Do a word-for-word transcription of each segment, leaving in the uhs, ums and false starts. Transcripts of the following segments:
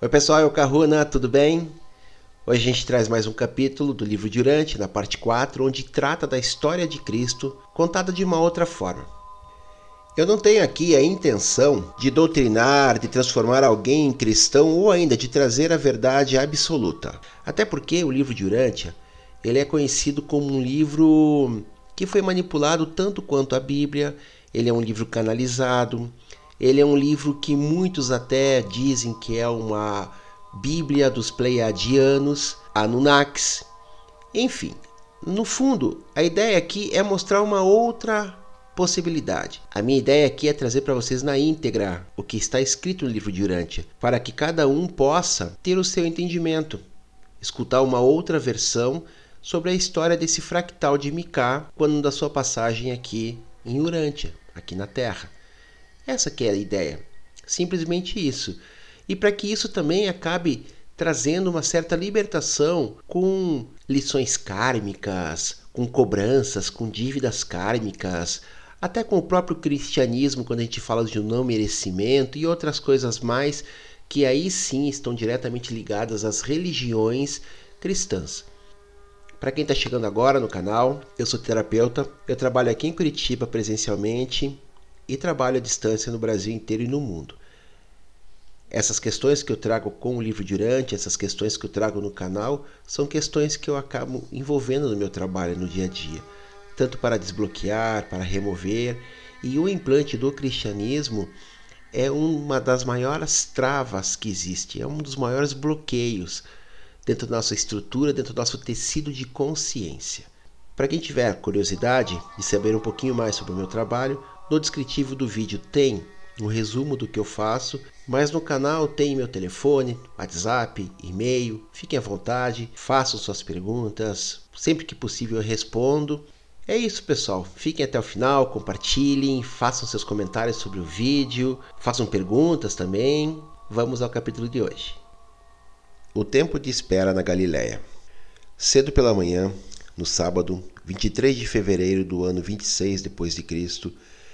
Oi pessoal, eu Kahuna, tudo bem? Hoje a gente traz mais um capítulo do livro de Urântia, na parte quatro, onde trata da história de Cristo, contada de uma outra forma. Eu não tenho aqui a intenção de doutrinar, de transformar alguém em cristão ou ainda de trazer a verdade absoluta. Até porque o livro de Urântia, ele é conhecido como um livro que foi manipulado tanto quanto a Bíblia, ele é um livro canalizado, ele é um livro que muitos até dizem que é uma Bíblia dos Pleiadianos, Anunnakis. Enfim, no fundo, a ideia aqui é mostrar uma outra possibilidade. A minha ideia aqui é trazer para vocês na íntegra o que está escrito no livro de Urântia, para que cada um possa ter o seu entendimento, escutar uma outra versão sobre a história desse fractal de Micá quando da sua passagem aqui em Urântia, aqui na Terra. Essa que é a ideia, simplesmente isso. E para que isso também acabe trazendo uma certa libertação com lições kármicas, com cobranças, com dívidas kármicas, até com o próprio cristianismo, quando a gente fala de um não merecimento e outras coisas mais que aí sim estão diretamente ligadas às religiões cristãs. Para quem está chegando agora no canal, eu sou terapeuta, eu trabalho aqui em Curitiba presencialmente e trabalho à distância no Brasil inteiro e no mundo. Essas questões que eu trago com o livro de Urântia, essas questões que eu trago no canal, são questões que eu acabo envolvendo no meu trabalho no dia a dia, tanto para desbloquear, para remover, e o implante do cristianismo é uma das maiores travas que existe, é um dos maiores bloqueios dentro da nossa estrutura, dentro do nosso tecido de consciência. Para quem tiver curiosidade de saber um pouquinho mais sobre o meu trabalho, no descritivo do vídeo tem um resumo do que eu faço, mas no canal tem meu telefone, WhatsApp, e-mail. Fiquem à vontade, façam suas perguntas, sempre que possível eu respondo. É isso, pessoal. Fiquem até o final, compartilhem, façam seus comentários sobre o vídeo, façam perguntas também. Vamos ao capítulo de hoje. O tempo de espera na Galileia. Cedo pela manhã, no sábado, vinte e três de fevereiro do ano vinte e seis depois de Cristo,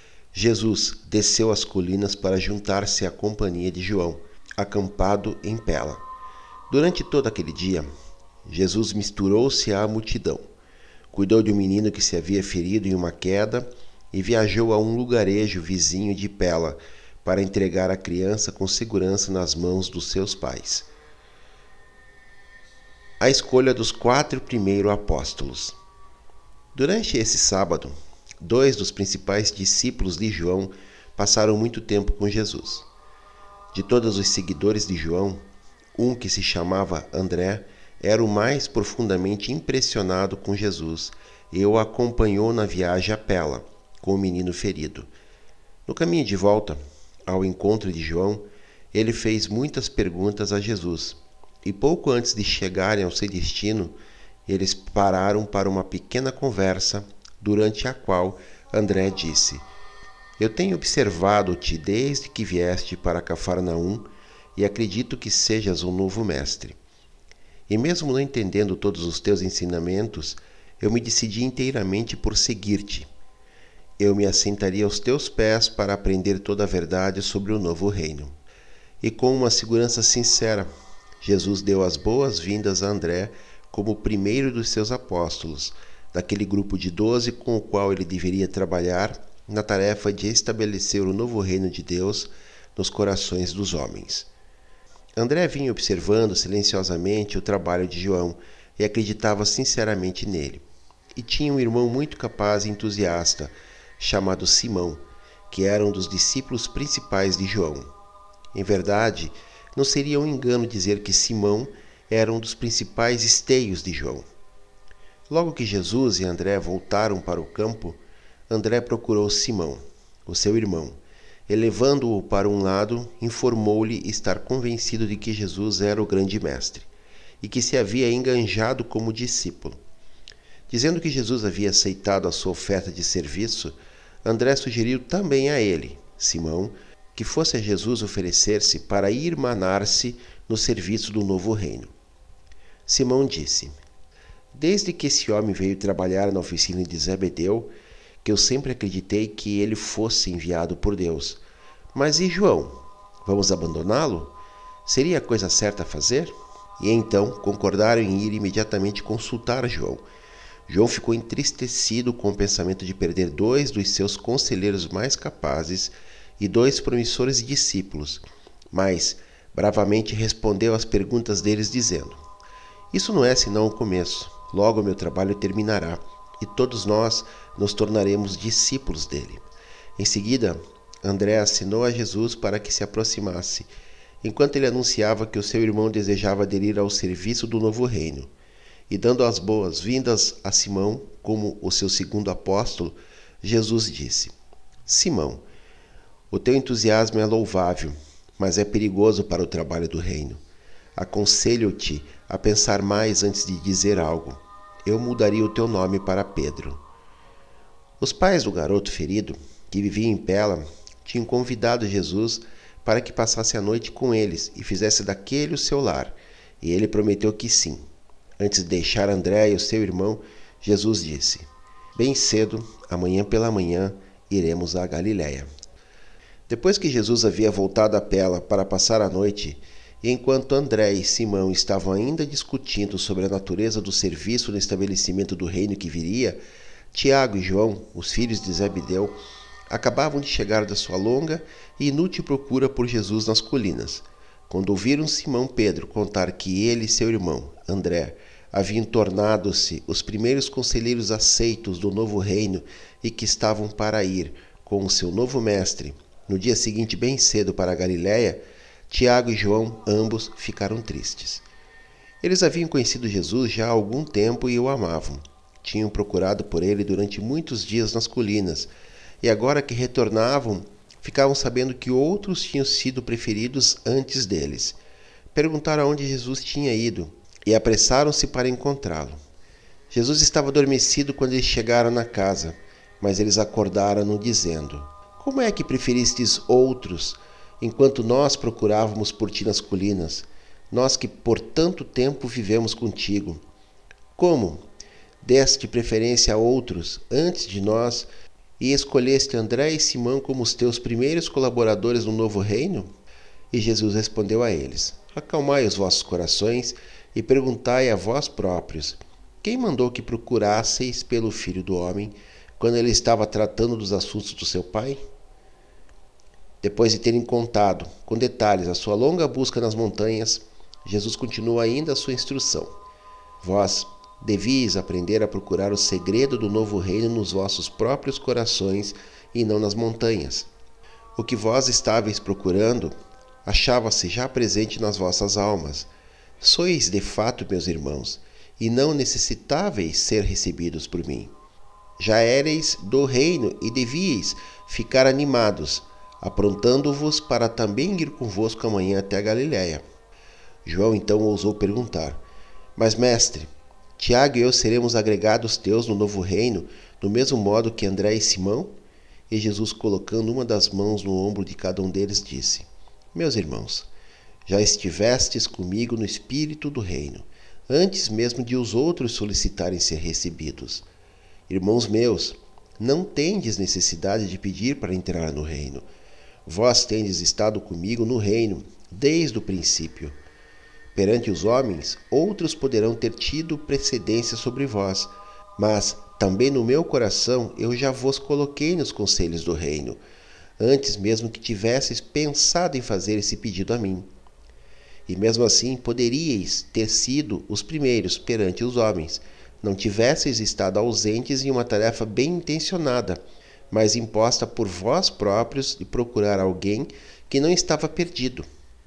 Jesus desceu as colinas para juntar-se à companhia de João, acampado em Pela. Durante todo aquele dia, Jesus misturou-se à multidão, cuidou de um menino que se havia ferido em uma queda e viajou a um lugarejo vizinho de Pela para entregar a criança com segurança nas mãos dos seus pais. A escolha dos quatro primeiros apóstolos. Durante esse sábado, dois dos principais discípulos de João passaram muito tempo com Jesus. De todos os seguidores de João, um que se chamava André era o mais profundamente impressionado com Jesus e o acompanhou na viagem a Pela, com o menino ferido. No caminho de volta ao encontro de João, ele fez muitas perguntas a Jesus, e pouco antes de chegarem ao seu destino, eles pararam para uma pequena conversa, durante a qual André disse: Eu tenho observado-te desde que vieste para Cafarnaum e acredito que sejas um novo mestre. E mesmo não entendendo todos os teus ensinamentos, eu me decidi inteiramente por seguir-te. Eu me assentaria aos teus pés para aprender toda a verdade sobre o novo reino. E com uma segurança sincera, Jesus deu as boas-vindas a André como o primeiro dos seus apóstolos, daquele grupo de doze com o qual ele deveria trabalhar na tarefa de estabelecer o novo reino de Deus nos corações dos homens. André vinha observando silenciosamente o trabalho de João e acreditava sinceramente nele. E tinha um irmão muito capaz e entusiasta, chamado Simão, que era um dos discípulos principais de João. Em verdade, não seria um engano dizer que Simão era um dos principais esteios de João. Logo que Jesus e André voltaram para o campo, André procurou Simão, o seu irmão, e levando-o para um lado, informou-lhe estar convencido de que Jesus era o grande mestre, e que se havia enganjado como discípulo. Dizendo que Jesus havia aceitado a sua oferta de serviço, André sugeriu também a ele, Simão, que fosse a Jesus oferecer-se para irmanar-se no serviço do novo reino. Simão disse: Desde que esse homem veio trabalhar na oficina de Zebedeu, que eu sempre acreditei que ele fosse enviado por Deus. Mas e João? Vamos abandoná-lo? seria a coisa certa a fazer? E então concordaram em ir imediatamente consultar João. João ficou entristecido com o pensamento de perder dois dos seus conselheiros mais capazes e dois promissores discípulos, mas bravamente respondeu às perguntas deles, dizendo: Isso não é senão o começo. Logo meu trabalho terminará, e todos nós nos tornaremos discípulos dele. Em seguida, André assinou a Jesus para que se aproximasse, enquanto ele anunciava que o seu irmão desejava aderir ao serviço do novo reino. E dando as boas-vindas a Simão como o seu segundo apóstolo, Jesus disse: Simão, o teu entusiasmo é louvável, mas é perigoso para o trabalho do reino. Aconselho-te a pensar mais antes de dizer algo. Eu mudaria o teu nome para Pedro. Os pais do garoto ferido, que vivia em Pela, tinham convidado Jesus para que passasse a noite com eles e fizesse daquele o seu lar, e ele prometeu que sim. Antes de deixar André e o seu irmão, Jesus disse: Bem cedo, amanhã pela manhã, iremos à Galiléia. Depois que Jesus havia voltado a Pela para passar a noite, e enquanto André e Simão estavam ainda discutindo sobre a natureza do serviço no estabelecimento do reino que viria, Tiago e João, os filhos de Zebedeu, acabavam de chegar da sua longa e inútil procura por Jesus nas colinas. Quando ouviram Simão Pedro contar que ele e seu irmão, André, haviam tornado-se os primeiros conselheiros aceitos do novo reino e que estavam para ir, com o seu novo mestre, no dia seguinte bem cedo para a Galiléia, Tiago e João ambos ficaram tristes. Eles haviam conhecido Jesus já há algum tempo e o amavam. Tinham procurado por ele durante muitos dias nas colinas, e agora que retornavam, ficavam sabendo que outros tinham sido preferidos antes deles. Perguntaram aonde Jesus tinha ido e apressaram-se para encontrá-lo. Jesus estava adormecido quando eles chegaram na casa, mas eles acordaram-no dizendo: Como é que preferistes outros, enquanto nós procurávamos por ti nas colinas, nós que por tanto tempo vivemos contigo? Como deste preferência a outros antes de nós e escolheste André e Simão como os teus primeiros colaboradores no novo reino? E Jesus respondeu a eles: Acalmai os vossos corações e perguntai a vós próprios: Quem mandou que procurasseis pelo Filho do Homem quando ele estava tratando dos assuntos do seu Pai? Depois de terem contado com detalhes a sua longa busca nas montanhas, Jesus continua ainda a sua instrução. Vós devíeis aprender a procurar o segredo do novo reino nos vossos próprios corações e não nas montanhas. O que vós estáveis procurando achava-se já presente nas vossas almas. Sois de fato meus irmãos, e não necessitáveis ser recebidos por mim. Já éreis do reino e devíeis ficar animados, aprontando-vos para também ir convosco amanhã até a Galiléia. João então ousou perguntar: Mas, mestre, Tiago e eu seremos agregados teus no novo reino, do mesmo modo que André e Simão? E Jesus, colocando uma das mãos no ombro de cada um deles, disse: Meus irmãos, já estivestes comigo no espírito do reino, antes mesmo de os outros solicitarem ser recebidos. Irmãos meus, não tendes necessidade de pedir para entrar no reino. Vós tendes estado comigo no reino, desde o princípio. Perante os homens, outros poderão ter tido precedência sobre vós, mas também no meu coração eu já vos coloquei nos conselhos do reino, antes mesmo que tivesseis pensado em fazer esse pedido a mim. E mesmo assim poderíeis ter sido os primeiros perante os homens, não tivesseis estado ausentes em uma tarefa bem intencionada, mas imposta por vós próprios de procurar alguém que não estava perdido.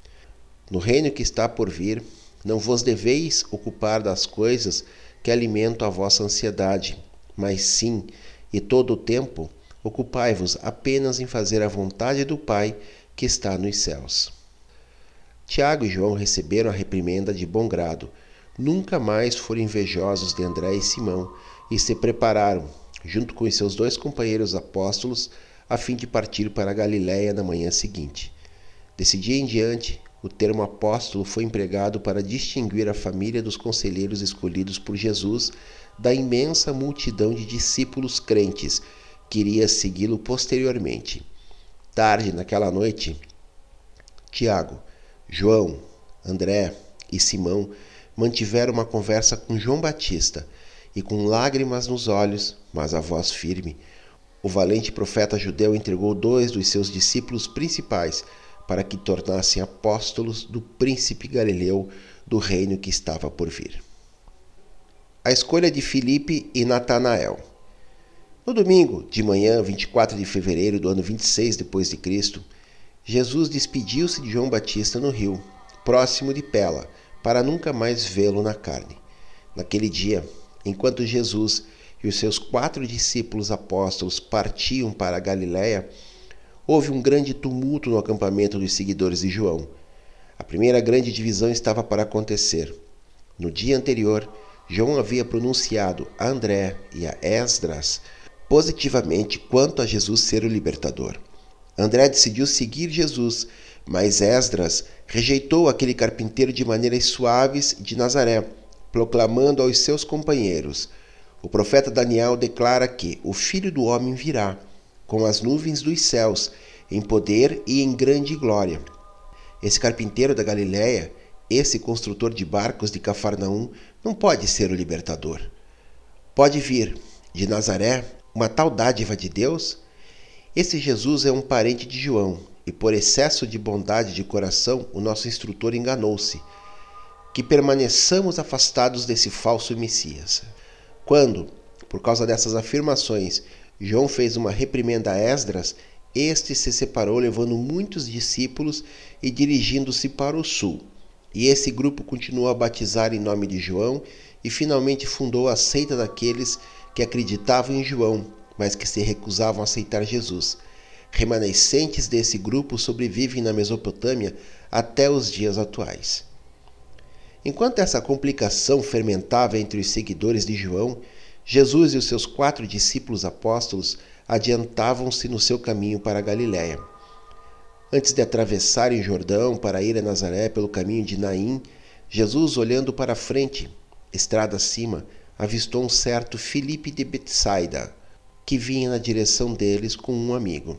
No reino que está por vir, não vos deveis ocupar das coisas que alimentam a vossa ansiedade, mas sim, e todo o tempo, ocupai-vos apenas em fazer a vontade do Pai que está nos céus. Tiago e João receberam a reprimenda de bom grado, nunca mais foram invejosos de André e Simão e se prepararam, junto com os seus dois companheiros apóstolos, a fim de partir para a Galiléia na manhã seguinte. Desse dia em diante, o termo apóstolo foi empregado para distinguir a família dos conselheiros escolhidos por Jesus da imensa multidão de discípulos crentes que iria segui-lo posteriormente. Tarde naquela noite, Tiago, João, André e Simão mantiveram uma conversa com João Batista e, com lágrimas nos olhos, mas a voz firme, o valente profeta judeu entregou dois dos seus discípulos principais para que tornassem apóstolos do príncipe galileu do reino que estava por vir. A escolha de Filipe e Natanael. No domingo de manhã, vinte e quatro de fevereiro do ano vinte e seis depois de Cristo, Jesus despediu-se de João Batista no rio, próximo de Pela, para nunca mais vê-lo na carne. Naquele dia, enquanto Jesus e os seus quatro discípulos apóstolos partiam para a Galiléia, houve um grande tumulto no acampamento dos seguidores de João. A primeira grande divisão estava para acontecer. No dia anterior, João havia pronunciado a André e a Esdras positivamente quanto a Jesus ser o libertador. André decidiu seguir Jesus, mas Esdras rejeitou aquele carpinteiro de maneiras suaves de Nazaré, proclamando aos seus companheiros: o profeta Daniel declara que o Filho do Homem virá, com as nuvens dos céus, em poder e em grande glória. Esse carpinteiro da Galiléia, esse construtor de barcos de Cafarnaum, não pode ser o libertador. Pode vir de Nazaré uma tal dádiva de Deus? Esse Jesus é um parente de João, e por excesso de bondade de coração, o nosso instrutor enganou-se. Que permaneçamos afastados desse falso Messias. Quando, por causa dessas afirmações, João fez uma reprimenda a Esdras, este se separou levando muitos discípulos e dirigindo-se para o sul. E esse grupo continuou a batizar em nome de João e finalmente fundou a seita daqueles que acreditavam em João, mas que se recusavam a aceitar Jesus. Remanescentes desse grupo sobrevivem na Mesopotâmia até os dias atuais. Enquanto essa complicação fermentava entre os seguidores de João, Jesus e os seus quatro discípulos apóstolos adiantavam-se no seu caminho para a Galiléia. Antes de atravessarem o Jordão para ir a Nazaré pelo caminho de Naim, Jesus, olhando para a frente, estrada acima, avistou um certo Filipe de Betsaida, que vinha na direção deles com um amigo.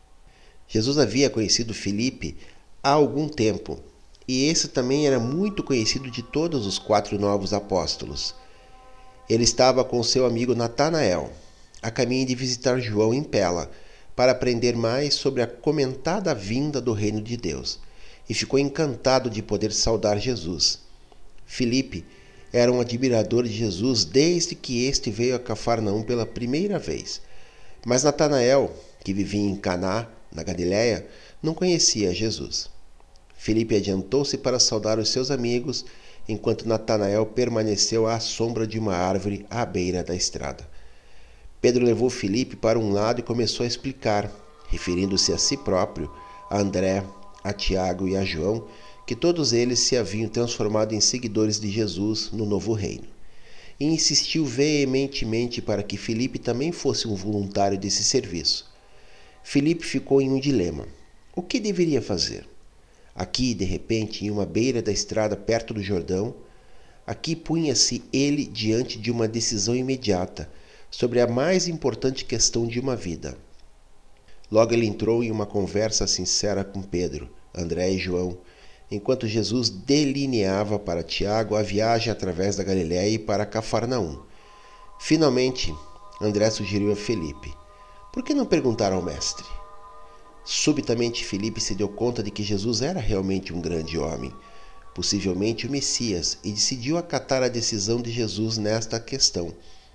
Jesus havia conhecido Filipe há algum tempo, e esse também era muito conhecido de todos os quatro novos apóstolos. Ele estava com seu amigo Natanael, a caminho de visitar João em Pela, para aprender mais sobre a comentada vinda do reino de Deus, e ficou encantado de poder saudar Jesus. Filipe era um admirador de Jesus desde que este veio a Cafarnaum pela primeira vez. Mas Natanael, que vivia em Caná, na Galiléia, não conhecia Jesus. Filipe adiantou-se para saudar os seus amigos, enquanto Natanael permaneceu à sombra de uma árvore à beira da estrada. Pedro levou Filipe para um lado e começou a explicar, referindo-se a si próprio, a André, a Tiago e a João, que todos eles se haviam transformado em seguidores de Jesus no novo reino. E insistiu veementemente para que Filipe também fosse um voluntário desse serviço. Filipe ficou em um dilema. O que deveria fazer? Aqui, de repente, em uma beira da estrada perto do Jordão, aqui punha-se ele diante de uma decisão imediata sobre a mais importante questão de uma vida. Logo ele entrou em uma conversa sincera com Pedro, André e João, enquanto Jesus delineava para Tiago a viagem através da Galiléia e para Cafarnaum. Finalmente, André sugeriu a Filipe: por que não perguntar ao mestre? Subitamente Filipe se deu conta de que Jesus era realmente um grande homem, possivelmente o Messias, e decidiu acatar a decisão de Jesus nesta questão.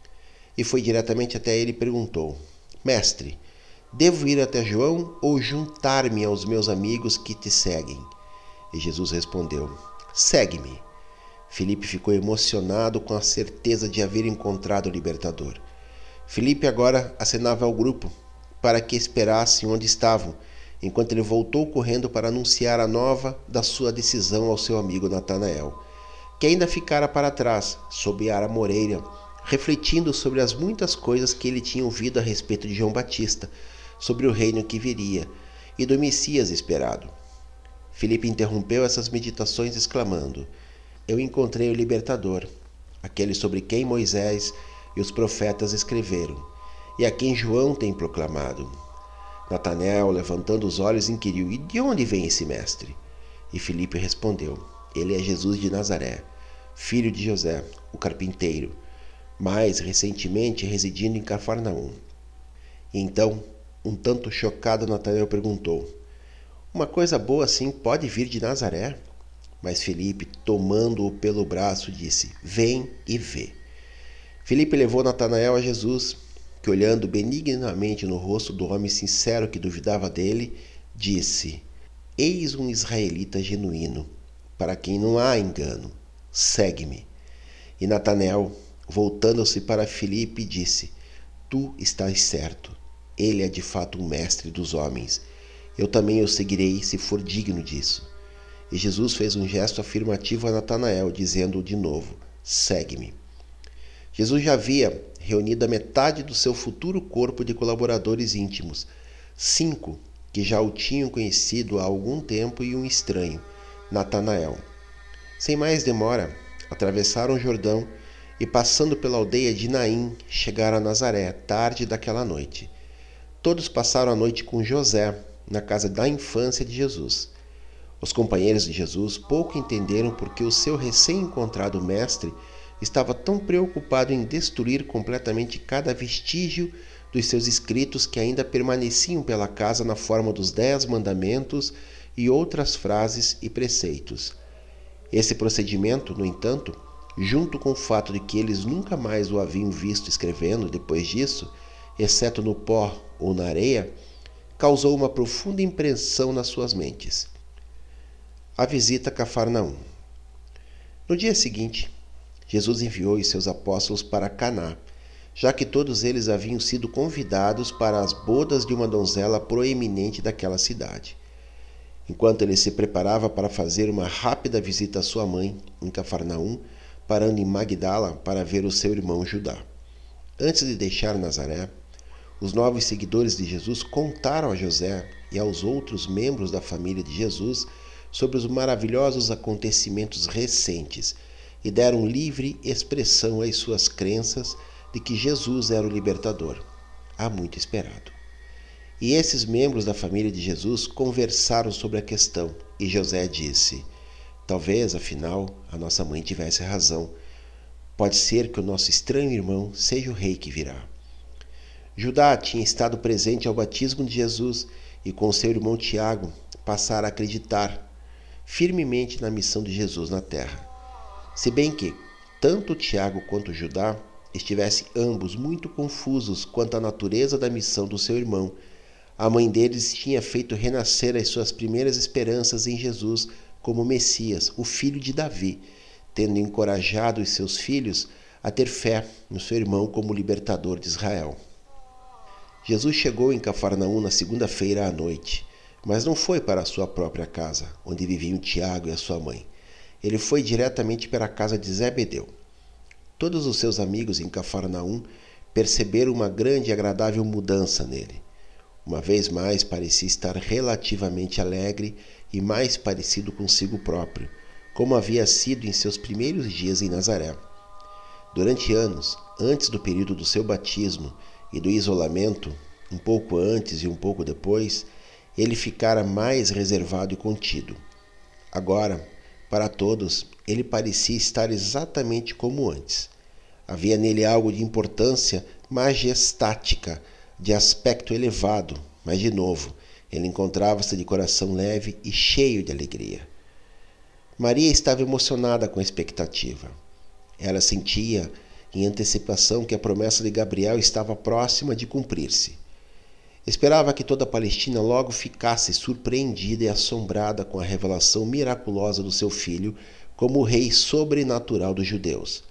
E foi diretamente até ele e perguntou: Mestre, devo ir até João ou juntar-me aos meus amigos que te seguem? E Jesus respondeu: segue-me. Filipe ficou emocionado com a certeza de haver encontrado o libertador. Filipe agora acenava ao grupo para que esperassem onde estavam, enquanto ele voltou correndo para anunciar a nova da sua decisão ao seu amigo Natanael, que ainda ficara para trás, sob a amoreira, refletindo sobre as muitas coisas que ele tinha ouvido a respeito de João Batista, sobre o reino que viria e do Messias esperado. Filipe interrompeu essas meditações exclamando: eu encontrei o libertador, aquele sobre quem Moisés e os profetas escreveram, e a quem João tem proclamado. Natanael, levantando os olhos, inquiriu: e de onde vem esse mestre? E Filipe respondeu: Ele é Jesus de Nazaré, filho de José, o carpinteiro, mais recentemente residindo em Cafarnaum. Então, um tanto chocado, Natanael perguntou: uma coisa boa assim pode vir de Nazaré? Mas Filipe, tomando-o pelo braço, disse: vem e vê. Filipe levou Natanael a Jesus, que, olhando benignamente no rosto do homem sincero que duvidava dele, disse: eis um israelita genuíno, para quem não há engano. Segue-me. E Natanael, voltando-se para Filipe, disse: tu estás certo. Ele é de fato um mestre dos homens. Eu também o seguirei se for digno disso. E Jesus fez um gesto afirmativo a Natanael, dizendo de novo: segue-me. Jesus já havia reunido a metade do seu futuro corpo de colaboradores íntimos, cinco que já o tinham conhecido há algum tempo e um estranho, Natanael. Sem mais demora, atravessaram o Jordão e, passando pela aldeia de Naim, chegaram a Nazaré, tarde daquela noite. Todos passaram a noite com José, na casa da infância de Jesus. Os companheiros de Jesus pouco entenderam porque o seu recém-encontrado mestre estava tão preocupado em destruir completamente cada vestígio dos seus escritos que ainda permaneciam pela casa na forma dos Dez Mandamentos e outras frases e preceitos. Esse procedimento, no entanto, junto com o fato de que eles nunca mais o haviam visto escrevendo depois disso, exceto no pó ou na areia, causou uma profunda impressão nas suas mentes. A visita a Cafarnaum. No dia seguinte, Jesus enviou os seus apóstolos para Caná, já que todos eles haviam sido convidados para as bodas de uma donzela proeminente daquela cidade. Enquanto ele se preparava para fazer uma rápida visita à sua mãe, em Cafarnaum, parando em Magdala para ver o seu irmão Judá. Antes de deixar Nazaré, os novos seguidores de Jesus contaram a José e aos outros membros da família de Jesus sobre os maravilhosos acontecimentos recentes e deram livre expressão às suas crenças de que Jesus era o libertador, há muito esperado. E esses membros da família de Jesus conversaram sobre a questão, e José disse: talvez, afinal, a nossa mãe tivesse razão. Pode ser que o nosso estranho irmão seja o rei que virá. Judá tinha estado presente ao batismo de Jesus e com seu irmão Tiago passara a acreditar firmemente na missão de Jesus na terra. Se bem que tanto Tiago quanto Judá estivessem ambos muito confusos quanto à natureza da missão do seu irmão, a mãe deles tinha feito renascer as suas primeiras esperanças em Jesus como Messias, o filho de Davi, tendo encorajado os seus filhos a ter fé no seu irmão como libertador de Israel. Jesus chegou em Cafarnaum na segunda-feira à noite, mas não foi para a sua própria casa, onde viviam Tiago e a sua mãe. Ele foi diretamente para a casa de Zebedeu. Todos os seus amigos em Cafarnaum perceberam uma grande e agradável mudança nele. Uma vez mais parecia estar relativamente alegre e mais parecido consigo próprio, como havia sido em seus primeiros dias em Nazaré. Durante anos, antes do período do seu batismo e do isolamento, um pouco antes e um pouco depois, ele ficara mais reservado e contido. Agora, para todos, ele parecia estar exatamente como antes. Havia nele algo de importância majestática, de aspecto elevado, mas, de novo, ele encontrava-se de coração leve e cheio de alegria. Maria estava emocionada com a expectativa. Ela sentia, em antecipação, que a promessa de Gabriel estava próxima de cumprir-se. Esperava que toda a Palestina logo ficasse surpreendida e assombrada com a revelação miraculosa do seu filho como o rei sobrenatural dos judeus.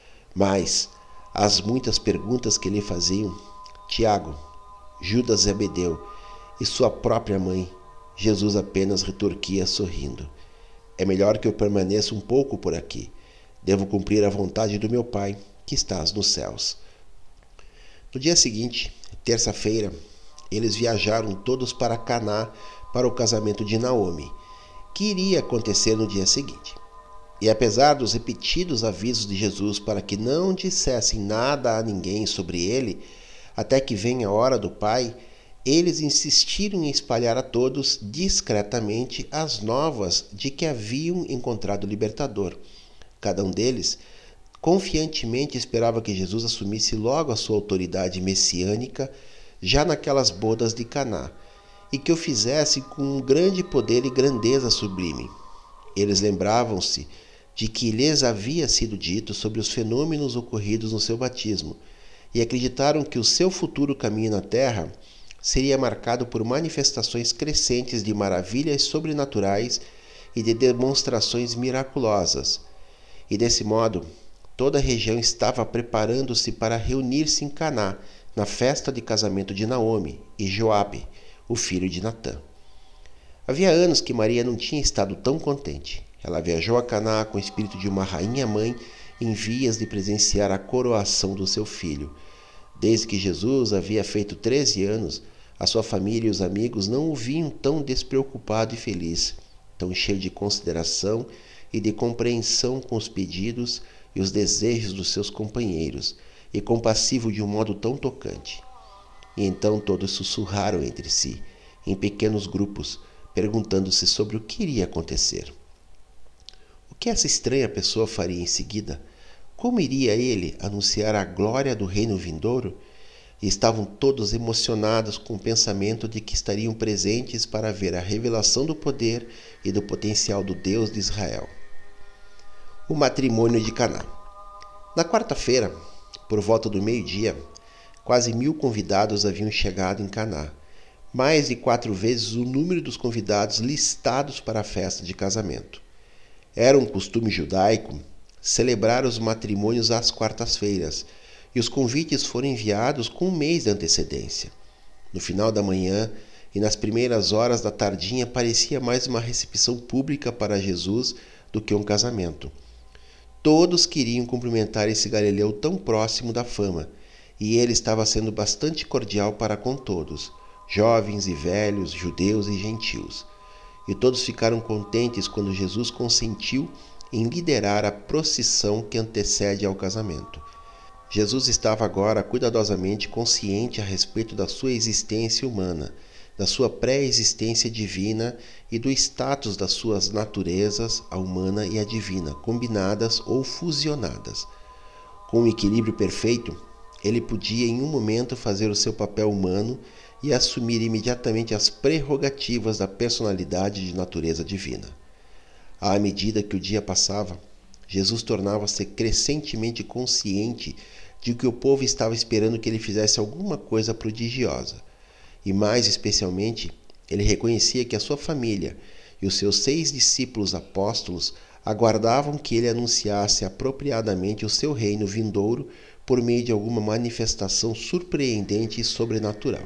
Mas as muitas perguntas que lhe faziam, Tiago, Judas Zebedeu e sua própria mãe, Jesus apenas retorquia sorrindo: é melhor que eu permaneça um pouco por aqui. Devo cumprir a vontade do meu Pai, que estás nos céus. No dia seguinte, terça-feira, eles viajaram todos para Caná para o casamento de Naomi, que iria acontecer no dia seguinte. E apesar dos repetidos avisos de Jesus para que não dissessem nada a ninguém sobre ele, até que venha a hora do Pai, eles insistiram em espalhar a todos discretamente as novas de que haviam encontrado o libertador. Cada um deles confiantemente esperava que Jesus assumisse logo a sua autoridade messiânica já naquelas bodas de Caná, e que o fizesse com um grande poder e grandeza sublime. Eles lembravam-se de que lhes havia sido dito sobre os fenômenos ocorridos no seu batismo, e acreditaram que o seu futuro caminho na terra seria marcado por manifestações crescentes de maravilhas sobrenaturais e de demonstrações miraculosas. E desse modo, toda a região estava preparando-se para reunir-se em Caná, na festa de casamento de Naomi e Joabe, o filho de Natã. Havia anos que Maria não tinha estado tão contente. Ela viajou a Caná com o espírito de uma rainha-mãe em vias de presenciar a coroação do seu filho. Desde que Jesus havia feito treze anos, a sua família e os amigos não o viam tão despreocupado e feliz, tão cheio de consideração e de compreensão com os pedidos e os desejos dos seus companheiros, e compassivo de um modo tão tocante. E então todos sussurraram entre si, em pequenos grupos, perguntando-se sobre o que iria acontecer. O que essa estranha pessoa faria em seguida? Como iria ele anunciar a glória do reino vindouro? E estavam todos emocionados com o pensamento de que estariam presentes para ver a revelação do poder e do potencial do Deus de Israel. O matrimônio de Caná. Na quarta-feira, por volta do meio-dia, quase mil convidados haviam chegado em Caná, mais de quatro vezes o número dos convidados listados para a festa de casamento. Era um costume judaico celebrar os matrimônios às quartas-feiras, e os convites foram enviados com um mês de antecedência. No final da manhã e nas primeiras horas da tardinha parecia mais uma recepção pública para Jesus do que um casamento. Todos queriam cumprimentar esse galileu tão próximo da fama, e ele estava sendo bastante cordial para com todos, jovens e velhos, judeus e gentios. E todos ficaram contentes quando Jesus consentiu em liderar a procissão que antecede ao casamento. Jesus estava agora cuidadosamente consciente a respeito da sua existência humana, da sua pré-existência divina e do status das suas naturezas, a humana e a divina, combinadas ou fusionadas. Com um equilíbrio perfeito, ele podia em um momento fazer o seu papel humano e assumir imediatamente as prerrogativas da personalidade de natureza divina. À medida que o dia passava, Jesus tornava-se crescentemente consciente de que o povo estava esperando que ele fizesse alguma coisa prodigiosa. E mais especialmente, ele reconhecia que a sua família e os seus seis discípulos apóstolos aguardavam que ele anunciasse apropriadamente o seu reino vindouro por meio de alguma manifestação surpreendente e sobrenatural.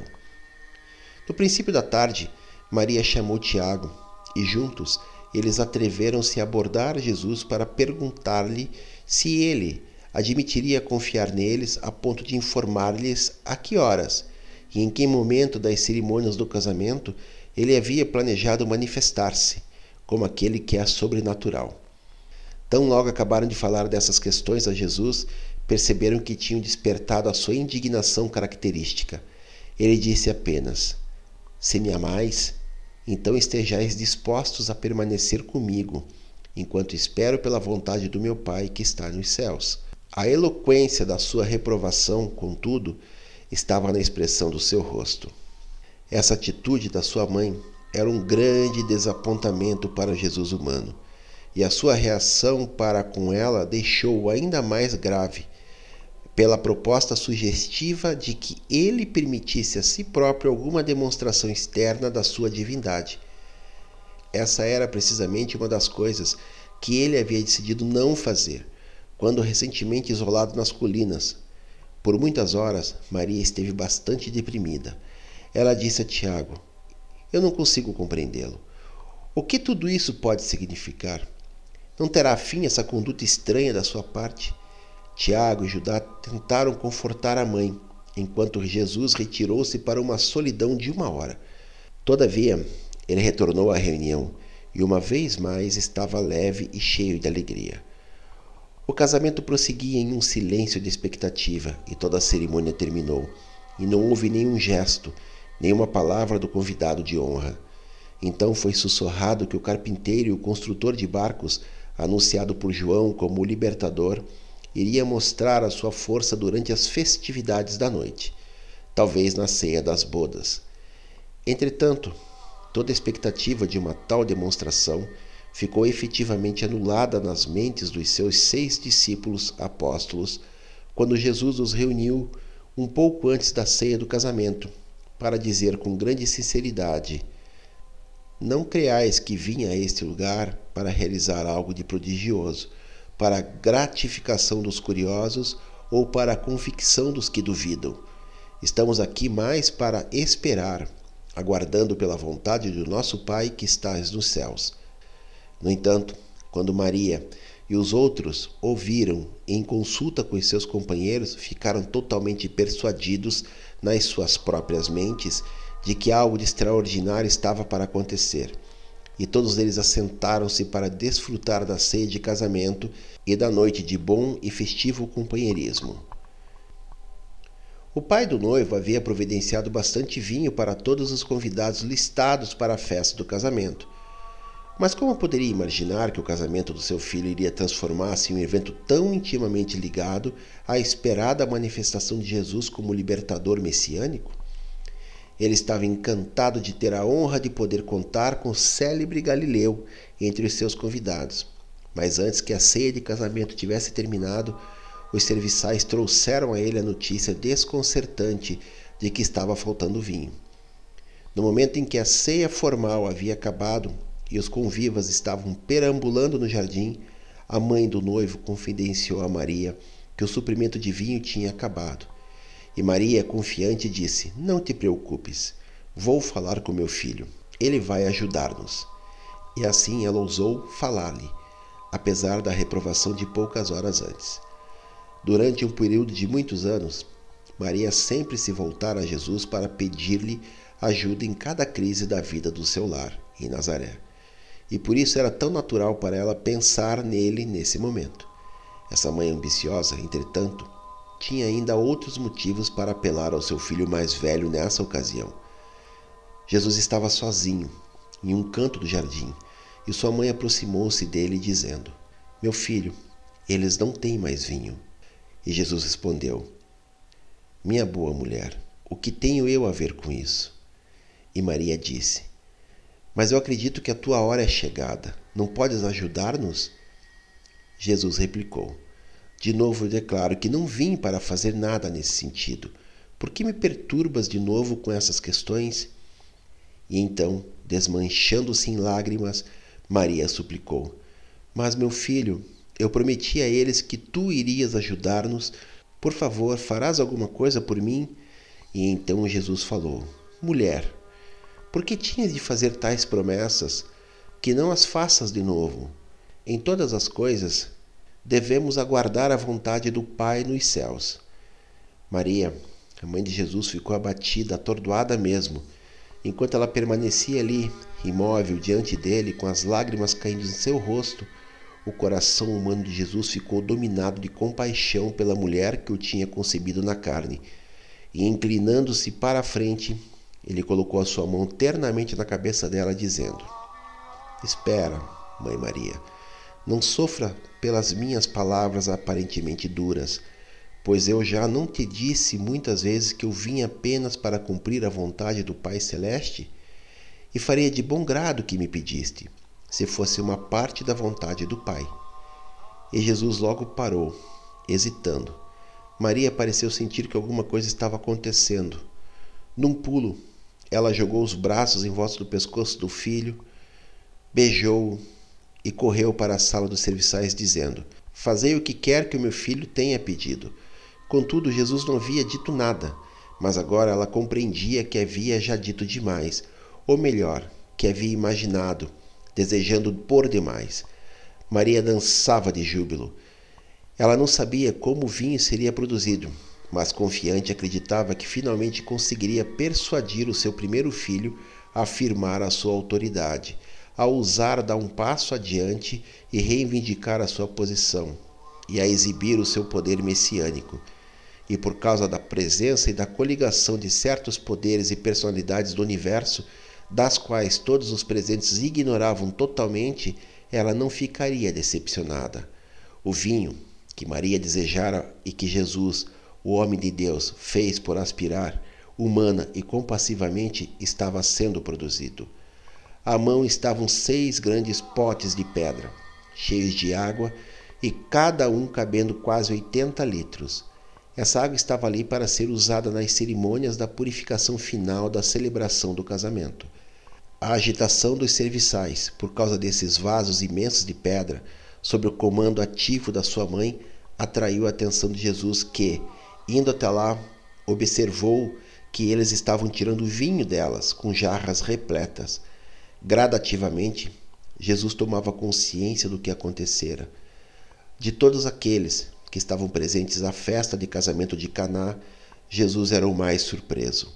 No princípio da tarde, Maria chamou Tiago, e juntos eles atreveram-se a abordar Jesus para perguntar-lhe se ele admitiria confiar neles a ponto de informar-lhes a que horas e em que momento das cerimônias do casamento ele havia planejado manifestar-se, como aquele que é sobrenatural. Tão logo acabaram de falar dessas questões a Jesus, perceberam que tinham despertado a sua indignação característica. Ele disse apenas: "Se me amais, então estejais dispostos a permanecer comigo, enquanto espero pela vontade do meu Pai que está nos céus." A eloquência da sua reprovação, contudo, estava na expressão do seu rosto. Essa atitude da sua mãe era um grande desapontamento para Jesus humano, e a sua reação para com ela deixou-o ainda mais grave, pela proposta sugestiva de que ele permitisse a si próprio alguma demonstração externa da sua divindade. Essa era precisamente uma das coisas que ele havia decidido não fazer, quando recentemente isolado nas colinas. Por muitas horas, Maria esteve bastante deprimida. Ela disse a Tiago: "Eu não consigo compreendê-lo. O que tudo isso pode significar? Não terá fim essa conduta estranha da sua parte?" Tiago e Judá tentaram confortar a mãe, enquanto Jesus retirou-se para uma solidão de uma hora. Todavia, ele retornou à reunião e uma vez mais estava leve e cheio de alegria. O casamento prosseguia em um silêncio de expectativa e toda a cerimônia terminou, e não houve nenhum gesto, nenhuma palavra do convidado de honra. Então foi sussurrado que o carpinteiro e o construtor de barcos, anunciado por João como o libertador, iria mostrar a sua força durante as festividades da noite, talvez na ceia das bodas. Entretanto, toda expectativa de uma tal demonstração ficou efetivamente anulada nas mentes dos seus seis discípulos apóstolos, quando Jesus os reuniu um pouco antes da ceia do casamento, para dizer com grande sinceridade: não creais que vim a este lugar para realizar algo de prodigioso, para a gratificação dos curiosos ou para a convicção dos que duvidam. Estamos aqui mais para esperar, aguardando pela vontade do nosso Pai que estás nos céus. No entanto, quando Maria e os outros ouviram, em consulta com os seus companheiros, ficaram totalmente persuadidos nas suas próprias mentes de que algo de extraordinário estava para acontecer. E todos eles assentaram-se para desfrutar da ceia de casamento e da noite de bom e festivo companheirismo. O pai do noivo havia providenciado bastante vinho para todos os convidados listados para a festa do casamento. Mas como poderia imaginar que o casamento do seu filho iria transformar-se em um evento tão intimamente ligado à esperada manifestação de Jesus como libertador messiânico? Ele estava encantado de ter a honra de poder contar com o célebre Galileu entre os seus convidados. Mas antes que a ceia de casamento tivesse terminado, os serviçais trouxeram a ele a notícia desconcertante de que estava faltando vinho. No momento em que a ceia formal havia acabado e os convivas estavam perambulando no jardim, a mãe do noivo confidenciou a Maria que o suprimento de vinho tinha acabado. E Maria, confiante, disse: não te preocupes, vou falar com meu filho, ele vai ajudar-nos. E assim ela ousou falar-lhe, apesar da reprovação de poucas horas antes. Durante um período de muitos anos, Maria sempre se voltara a Jesus para pedir-lhe ajuda em cada crise da vida do seu lar, em Nazaré. E por isso era tão natural para ela pensar nele nesse momento. Essa mãe ambiciosa, entretanto, tinha ainda outros motivos para apelar ao seu filho mais velho nessa ocasião. Jesus estava sozinho, em um canto do jardim, e sua mãe aproximou-se dele dizendo: meu filho, eles não têm mais vinho. E Jesus respondeu: minha boa mulher, o que tenho eu a ver com isso? E Maria disse: mas eu acredito que a tua hora é chegada, não podes ajudar-nos? Jesus replicou: de novo eu declaro que não vim para fazer nada nesse sentido. Por que me perturbas de novo com essas questões? E então, desmanchando-se em lágrimas, Maria suplicou: mas, meu filho, eu prometi a eles que tu irias ajudar-nos. Por favor, farás alguma coisa por mim? E então Jesus falou: mulher, por que tinhas de fazer tais promessas? Que não as faças de novo. Em todas as coisas, devemos aguardar a vontade do Pai nos céus. Maria, a mãe de Jesus, ficou abatida, atordoada mesmo, enquanto ela permanecia ali, imóvel diante dele, com as lágrimas caindo em seu rosto. O coração humano de Jesus ficou dominado de compaixão pela mulher que o tinha concebido na carne, e inclinando-se para a frente, ele colocou a sua mão ternamente na cabeça dela, dizendo: espera, Mãe Maria, não sofra pelas minhas palavras aparentemente duras, pois eu já não te disse muitas vezes que eu vim apenas para cumprir a vontade do Pai Celeste? E faria de bom grado que me pediste, se fosse uma parte da vontade do Pai. E Jesus logo parou, hesitando. Maria pareceu sentir que alguma coisa estava acontecendo. Num pulo, ela jogou os braços em volta do pescoço do filho, beijou-o e correu para a sala dos serviçais, dizendo: fazei o que quer que o meu filho tenha pedido. Contudo, Jesus não havia dito nada, mas agora ela compreendia que havia já dito demais, ou melhor, que havia imaginado, desejando por demais. Maria dançava de júbilo. Ela não sabia como o vinho seria produzido, mas confiante acreditava que finalmente conseguiria persuadir o seu primeiro filho a afirmar a sua autoridade, a ousar dar um passo adiante e reivindicar a sua posição, e a exibir o seu poder messiânico. e por causa da presença e da coligação de certos poderes e personalidades do universo, das quais todos os presentes ignoravam totalmente, ela não ficaria decepcionada. O vinho que Maria desejara e que Jesus, o homem de Deus, fez por aspirar, humana e compassivamente, estava sendo produzido. À mão estavam seis grandes potes de pedra, cheios de água, e cada um cabendo quase oitenta litros. Essa água estava ali para ser usada nas cerimônias da purificação final da celebração do casamento. A agitação dos serviçais, por causa desses vasos imensos de pedra, sob o comando ativo da sua mãe, atraiu a atenção de Jesus que, indo até lá, observou que eles estavam tirando vinho delas, com jarras repletas. Gradativamente, Jesus tomava consciência do que acontecera. De todos aqueles que estavam presentes à festa de casamento de Caná, Jesus era o mais surpreso.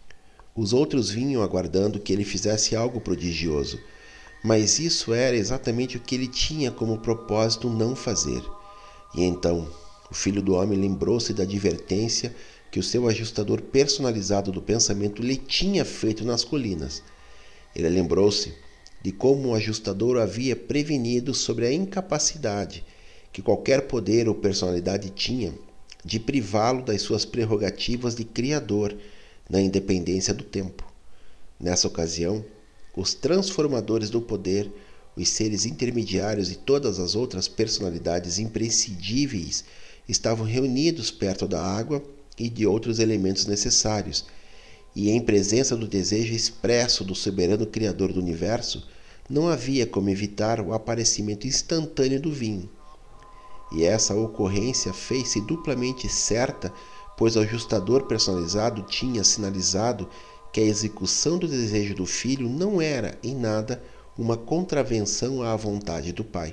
Os outros vinham aguardando que ele fizesse algo prodigioso, mas isso era exatamente o que ele tinha como propósito não fazer. E então, o Filho do Homem lembrou-se da advertência que o seu ajustador personalizado do pensamento lhe tinha feito nas colinas. Ele lembrou-se de como o ajustador o havia prevenido sobre a incapacidade que qualquer poder ou personalidade tinha de privá-lo das suas prerrogativas de criador na independência do tempo. Nessa ocasião, os transformadores do poder, os seres intermediários e todas as outras personalidades imprescindíveis estavam reunidos perto da água e de outros elementos necessários, e em presença do desejo expresso do soberano Criador do Universo, não havia como evitar o aparecimento instantâneo do vinho. E essa ocorrência fez-se duplamente certa, pois o ajustador personalizado tinha sinalizado que a execução do desejo do filho não era, em nada, uma contravenção à vontade do Pai.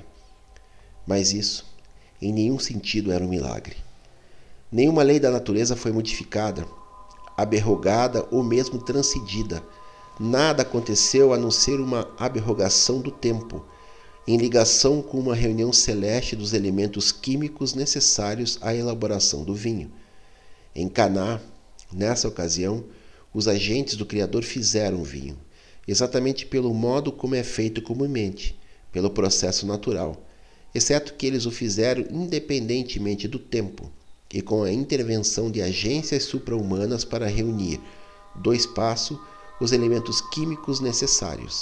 Mas isso, em nenhum sentido, era um milagre. Nenhuma lei da natureza foi modificada, aberrogada ou mesmo transcendida. Nada aconteceu a não ser uma aberrogação do tempo, em ligação com uma reunião celeste dos elementos químicos necessários à elaboração do vinho. Em Caná, nessa ocasião, os agentes do Criador fizeram o vinho, exatamente pelo modo como é feito comumente, pelo processo natural, exceto que eles o fizeram independentemente do tempo e com a intervenção de agências supra-humanas para reunir, do espaço, os elementos químicos necessários.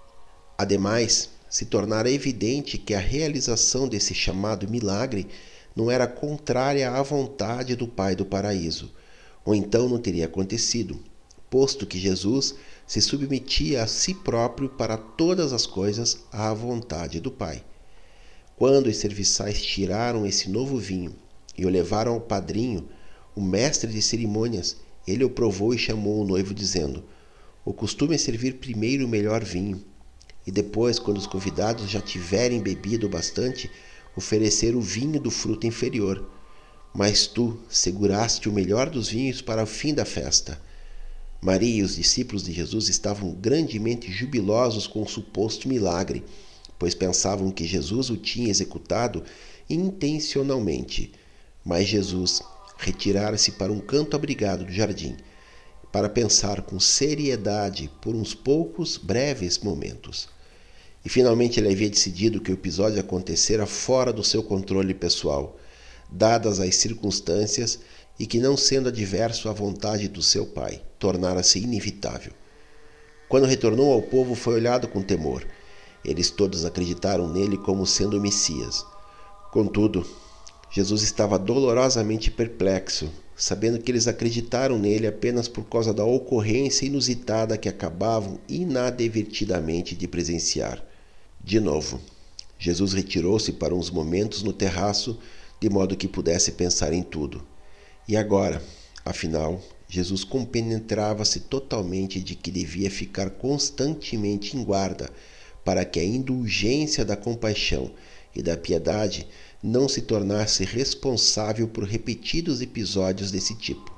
Ademais, se tornara evidente que a realização desse chamado milagre não era contrária à vontade do Pai do Paraíso, ou então não teria acontecido, posto que Jesus se submetia a si próprio para todas as coisas à vontade do Pai. Quando os serviçais tiraram esse novo vinho e o levaram ao padrinho, o mestre de cerimônias, ele o provou e chamou o noivo, dizendo: "O costume é servir primeiro o melhor vinho, e depois, quando os convidados já tiverem bebido bastante, oferecer o vinho do fruto inferior. Mas tu seguraste o melhor dos vinhos para o fim da festa." Maria e os discípulos de Jesus estavam grandemente jubilosos com o suposto milagre, pois pensavam que Jesus o tinha executado intencionalmente. Mas Jesus retirara-se para um canto abrigado do jardim, para pensar com seriedade por uns poucos breves momentos. E finalmente ele havia decidido que o episódio acontecera fora do seu controle pessoal, dadas as circunstâncias, e que, não sendo adverso à vontade do seu pai, tornara-se inevitável. Quando retornou ao povo, foi olhado com temor. Eles todos acreditaram nele como sendo o Messias. Contudo, Jesus estava dolorosamente perplexo, sabendo que eles acreditaram nele apenas por causa da ocorrência inusitada que acabavam inadvertidamente de presenciar. De novo, Jesus retirou-se para uns momentos no terraço, de modo que pudesse pensar em tudo. E agora, afinal, Jesus compenetrava-se totalmente de que devia ficar constantemente em guarda para que a indulgência da compaixão e da piedade não se tornasse responsável por repetidos episódios desse tipo.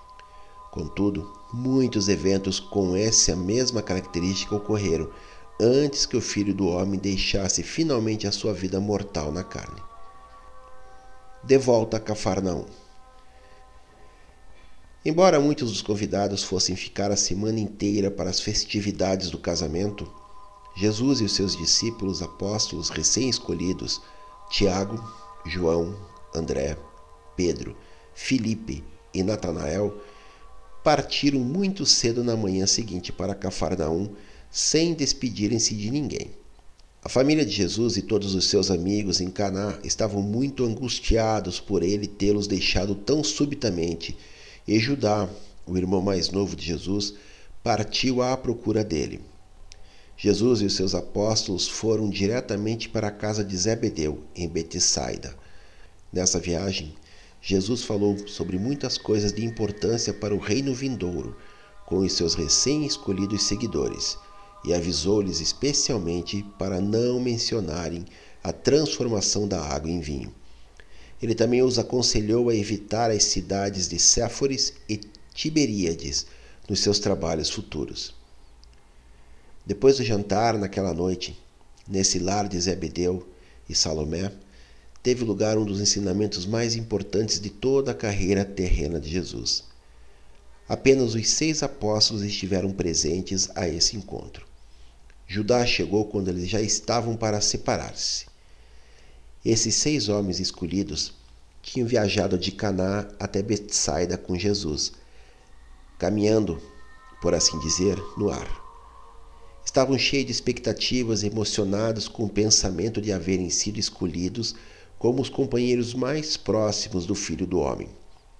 Contudo, muitos eventos com essa mesma característica ocorreram antes que o Filho do Homem deixasse finalmente a sua vida mortal na carne. De volta a Cafarnaum. Embora muitos dos convidados fossem ficar a semana inteira para as festividades do casamento, Jesus e os seus discípulos apóstolos recém-escolhidos, Tiago, João, André, Pedro, Filipe e Natanael, partiram muito cedo na manhã seguinte para Cafarnaum, sem despedirem-se de ninguém. A família de Jesus e todos os seus amigos em Caná estavam muito angustiados por ele tê-los deixado tão subitamente, e Judá, o irmão mais novo de Jesus, partiu à procura dele. Jesus e os seus apóstolos foram diretamente para a casa de Zebedeu, em Betsaida. Nessa viagem, Jesus falou sobre muitas coisas de importância para o reino vindouro, com os seus recém-escolhidos seguidores, e avisou-lhes especialmente para não mencionarem a transformação da água em vinho. Ele também os aconselhou a evitar as cidades de Séforis e Tiberíades nos seus trabalhos futuros. Depois do jantar naquela noite, nesse lar de Zebedeu e Salomé, teve lugar um dos ensinamentos mais importantes de toda a carreira terrena de Jesus. Apenas os seis apóstolos estiveram presentes a esse encontro. Judá chegou quando eles já estavam para separar-se. Esses seis homens escolhidos tinham viajado de Caná até Betsaida com Jesus, caminhando, por assim dizer, no ar. Estavam cheios de expectativas, emocionados com o pensamento de haverem sido escolhidos como os companheiros mais próximos do Filho do Homem.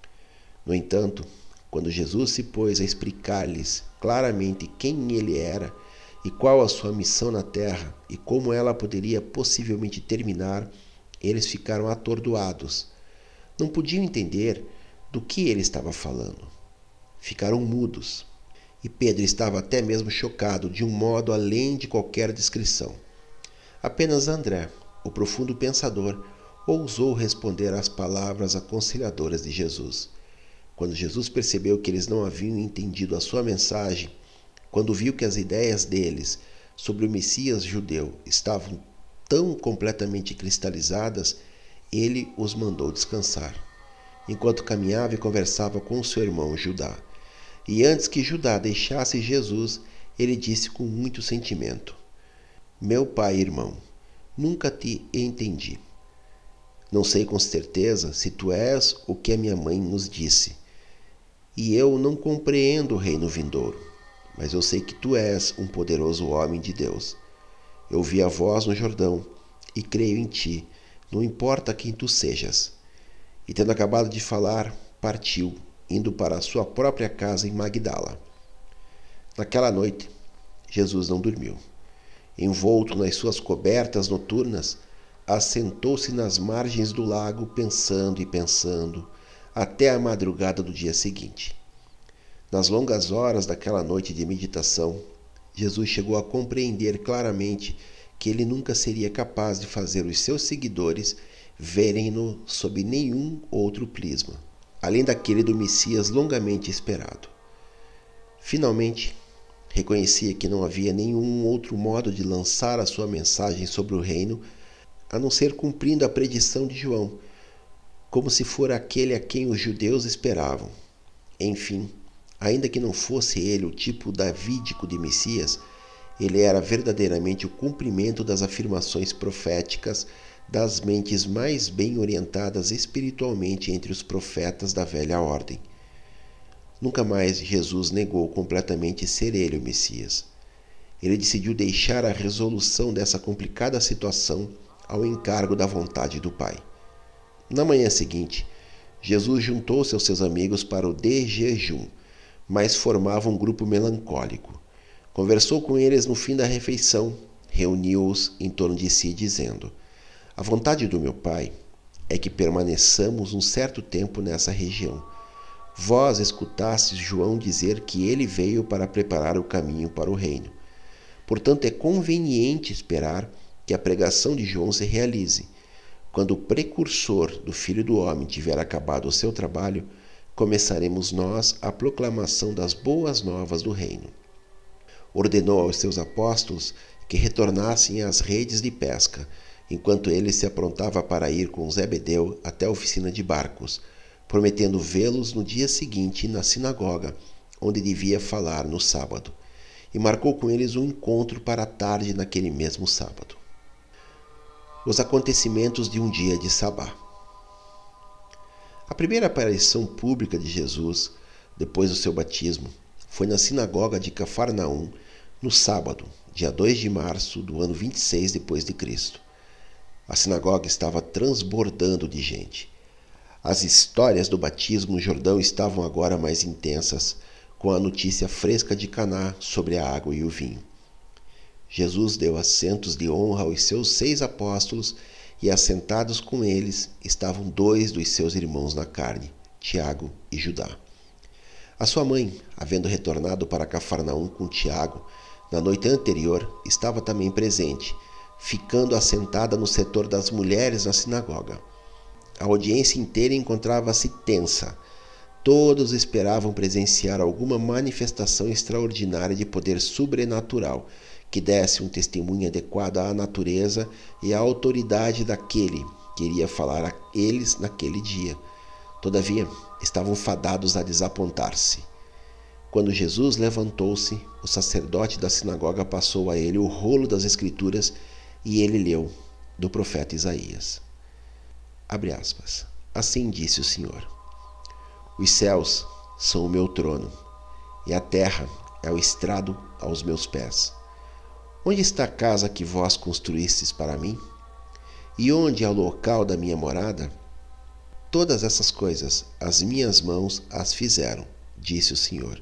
No entanto, quando Jesus se pôs a explicar-lhes claramente quem ele era e qual a sua missão na terra e como ela poderia possivelmente terminar, eles ficaram atordoados. Não podiam entender do que ele estava falando. Ficaram mudos. E Pedro estava até mesmo chocado de um modo além de qualquer descrição. Apenas André, o profundo pensador, ousou responder às palavras aconselhadoras de Jesus. Quando Jesus percebeu que eles não haviam entendido a sua mensagem, quando viu que as ideias deles sobre o Messias judeu estavam tão completamente cristalizadas, ele os mandou descansar, enquanto caminhava e conversava com seu irmão Judá. E antes que Judá deixasse Jesus, ele disse com muito sentimento: Meu pai e irmão, nunca te entendi. Não sei com certeza se tu és o que a minha mãe nos disse. E eu não compreendo o reino vindouro, mas eu sei que tu és um poderoso homem de Deus. Eu vi a voz no Jordão e creio em ti, não importa quem tu sejas. E tendo acabado de falar, partiu, indo para a sua própria casa em Magdala. Naquela noite, Jesus não dormiu. Envolto nas suas cobertas noturnas, assentou-se nas margens do lago, pensando e pensando, até a madrugada do dia seguinte. Nas longas horas daquela noite de meditação, Jesus chegou a compreender claramente que ele nunca seria capaz de fazer os seus seguidores verem-no sob nenhum outro prisma, além daquele do Messias longamente esperado. Finalmente, reconhecia que não havia nenhum outro modo de lançar a sua mensagem sobre o reino a não ser cumprindo a predição de João, como se fora aquele a quem os judeus esperavam. Enfim, ainda que não fosse ele o tipo davídico de Messias, ele era verdadeiramente o cumprimento das afirmações proféticas das mentes mais bem orientadas espiritualmente entre os profetas da velha ordem. Nunca mais Jesus negou completamente ser ele o Messias. Ele decidiu deixar a resolução dessa complicada situação ao encargo da vontade do Pai. Na manhã seguinte, Jesus juntou-se aos seus amigos para o de jejum, mas formava um grupo melancólico. Conversou com eles no fim da refeição, reuniu-os em torno de si, dizendo: A vontade do meu Pai é que permaneçamos um certo tempo nessa região. Vós escutastes João dizer que ele veio para preparar o caminho para o reino. Portanto, é conveniente esperar que a pregação de João se realize. Quando o precursor do Filho do Homem tiver acabado o seu trabalho, começaremos nós a proclamação das boas novas do reino. Ordenou aos seus apóstolos que retornassem às redes de pesca, enquanto ele se aprontava para ir com Zebedeu até a oficina de barcos, prometendo vê-los no dia seguinte na sinagoga, onde devia falar no sábado, e marcou com eles um encontro para a tarde naquele mesmo sábado. Os acontecimentos de um dia de Sabá. A primeira aparição pública de Jesus, depois do seu batismo, foi na sinagoga de Cafarnaum, no sábado, dia dois de março do ano vinte e seis depois de Cristo. A sinagoga estava transbordando de gente. As histórias do batismo no Jordão estavam agora mais intensas, com a notícia fresca de Caná sobre a água e o vinho. Jesus deu assentos de honra aos seus seis apóstolos e assentados com eles estavam dois dos seus irmãos na carne, Tiago e Judá. A sua mãe, havendo retornado para Cafarnaum com Tiago, na noite anterior estava também presente, ficando assentada no setor das mulheres na sinagoga. A audiência inteira encontrava-se tensa. Todos esperavam presenciar alguma manifestação extraordinária de poder sobrenatural, que desse um testemunho adequado à natureza e à autoridade daquele que iria falar a eles naquele dia. Todavia, estavam fadados a desapontar-se. Quando Jesus levantou-se, o sacerdote da sinagoga passou a ele o rolo das Escrituras e ele leu, do profeta Isaías. Abre aspas. Assim disse o Senhor: os céus são o meu trono, e a terra é o estrado aos meus pés. Onde está a casa que vós construístes para mim? E onde é o local da minha morada? Todas essas coisas as minhas mãos as fizeram, disse o Senhor.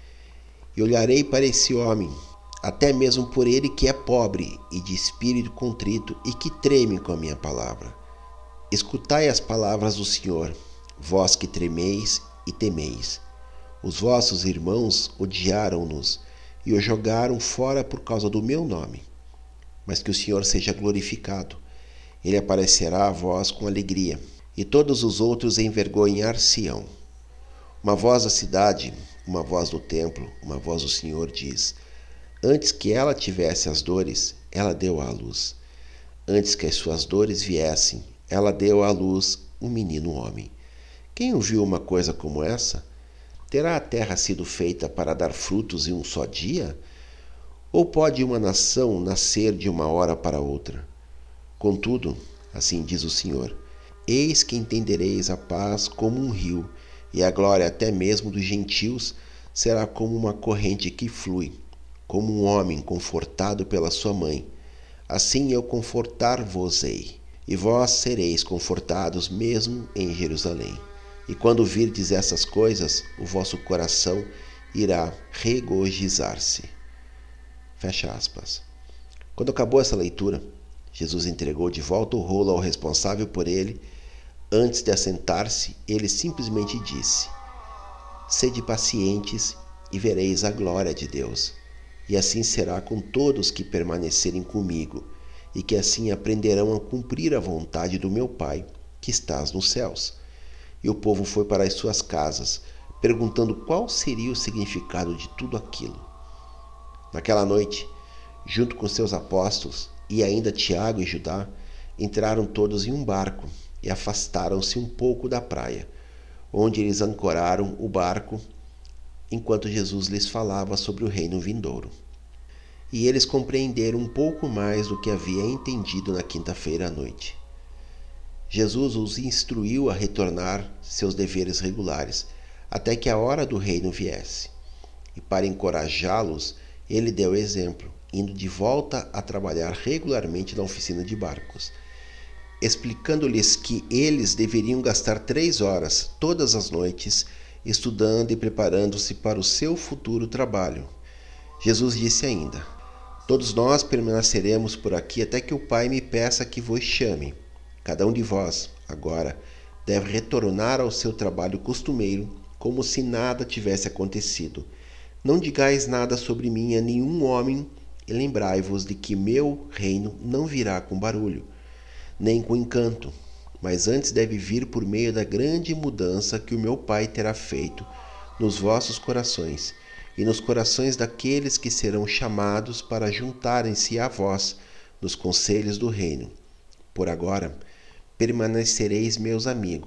E olharei para esse homem, até mesmo por ele que é pobre e de espírito contrito e que treme com a minha palavra. Escutai as palavras do Senhor, vós que tremeis e temeis. Os vossos irmãos odiaram-nos e o jogaram fora por causa do meu nome. Mas que o Senhor seja glorificado. Ele aparecerá a vós com alegria, e todos os outros envergonhar-se-ão. Uma voz da cidade, uma voz do templo, uma voz do Senhor diz: antes que ela tivesse as dores, ela deu à luz. Antes que as suas dores viessem, ela deu à luz um menino homem. Quem ouviu uma coisa como essa? Terá a terra sido feita para dar frutos em um só dia? Ou pode uma nação nascer de uma hora para outra? Contudo, assim diz o Senhor, eis que entendereis a paz como um rio, e a glória até mesmo dos gentios será como uma corrente que flui, como um homem confortado pela sua mãe. Assim eu confortar-vos-ei, e vós sereis confortados mesmo em Jerusalém. E quando virdes essas coisas, o vosso coração irá regozijar-se. Fecha aspas. Quando acabou essa leitura, Jesus entregou de volta o rolo ao responsável por ele. Antes de assentar-se, ele simplesmente disse: sede pacientes e vereis a glória de Deus. E assim será com todos que permanecerem comigo, e que assim aprenderão a cumprir a vontade do meu Pai, que estás nos céus. E o povo foi para as suas casas, perguntando qual seria o significado de tudo aquilo. Naquela noite, junto com seus apóstolos, e ainda Tiago e Judá, entraram todos em um barco e afastaram-se um pouco da praia, onde eles ancoraram o barco, enquanto Jesus lhes falava sobre o reino vindouro. E eles compreenderam um pouco mais do que havia entendido na quinta-feira à noite. Jesus os instruiu a retornar seus deveres regulares, até que a hora do reino viesse. E para encorajá-los, ele deu exemplo, indo de volta a trabalhar regularmente na oficina de barcos, explicando-lhes que eles deveriam gastar três horas todas as noites estudando e preparando-se para o seu futuro trabalho. Jesus disse ainda: todos nós permaneceremos por aqui até que o Pai me peça que vos chame. Cada um de vós, agora, deve retornar ao seu trabalho costumeiro, como se nada tivesse acontecido. Não digais nada sobre mim a nenhum homem, e lembrai-vos de que meu reino não virá com barulho, nem com encanto, mas antes deve vir por meio da grande mudança que o meu Pai terá feito nos vossos corações, e nos corações daqueles que serão chamados para juntarem-se a vós nos conselhos do reino. Por agora, permanecereis meus amigos,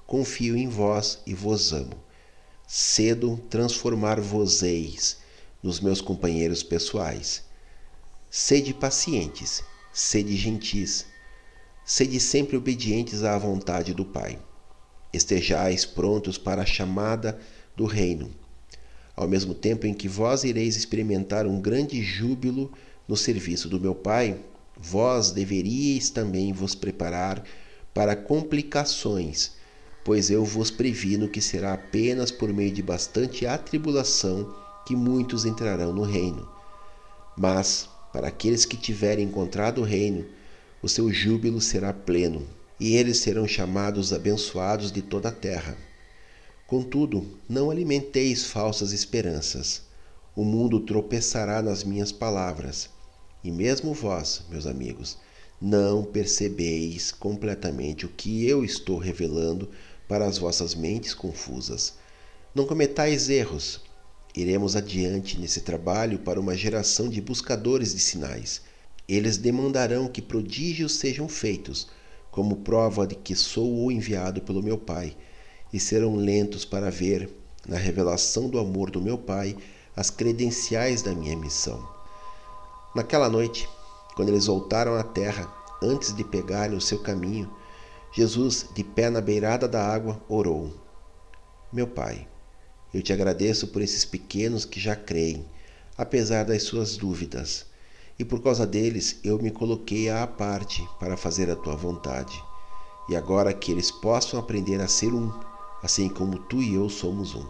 confio em vós e vos amo. Cedo transformar-vos-eis nos meus companheiros pessoais. Sede pacientes, sede gentis, sede sempre obedientes à vontade do Pai. Estejais prontos para a chamada do reino, ao mesmo tempo em que vós ireis experimentar um grande júbilo no serviço do meu Pai, vós deveríeis também vos preparar para complicações, pois eu vos previno que será apenas por meio de bastante atribulação que muitos entrarão no reino. Mas, para aqueles que tiverem encontrado o reino, o seu júbilo será pleno, e eles serão chamados abençoados de toda a terra. Contudo, não alimenteis falsas esperanças. O mundo tropeçará nas minhas palavras. E mesmo vós, meus amigos, não percebeis completamente o que eu estou revelando para as vossas mentes confusas. Não cometais erros. Iremos adiante nesse trabalho para uma geração de buscadores de sinais. Eles demandarão que prodígios sejam feitos, como prova de que sou o enviado pelo meu Pai, e serão lentos para ver, na revelação do amor do meu Pai, as credenciais da minha missão. Naquela noite, quando eles voltaram à terra, antes de pegarem o seu caminho, Jesus, de pé na beirada da água, orou: Meu Pai, eu te agradeço por esses pequenos que já creem, apesar das suas dúvidas, e por causa deles eu me coloquei à parte para fazer a tua vontade. E agora que eles possam aprender a ser um, assim como tu e eu somos um.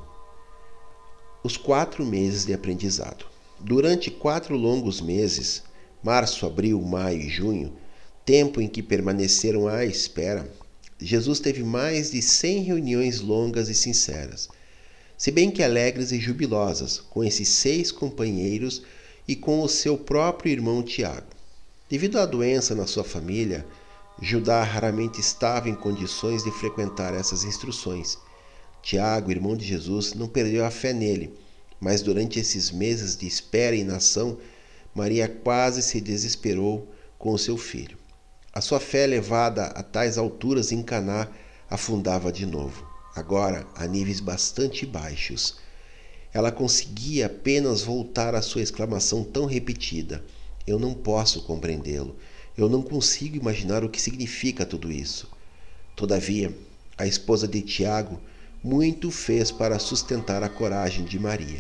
Os quatro meses de aprendizado. Durante quatro longos meses, março, abril, maio e junho, tempo em que permaneceram à espera, Jesus teve mais de cem reuniões longas e sinceras, se bem que alegres e jubilosas, com esses seis companheiros e com o seu próprio irmão Tiago. Devido à doença na sua família, Judá raramente estava em condições de frequentar essas instruções. Tiago, irmão de Jesus, não perdeu a fé nele, mas durante esses meses de espera e inação, Maria quase se desesperou com o seu filho. A sua fé elevada a tais alturas em Caná afundava de novo, agora a níveis bastante baixos. Ela conseguia apenas voltar à sua exclamação tão repetida: Eu não posso compreendê-lo. Eu não consigo imaginar o que significa tudo isso. Todavia, a esposa de Tiago muito fez para sustentar a coragem de Maria.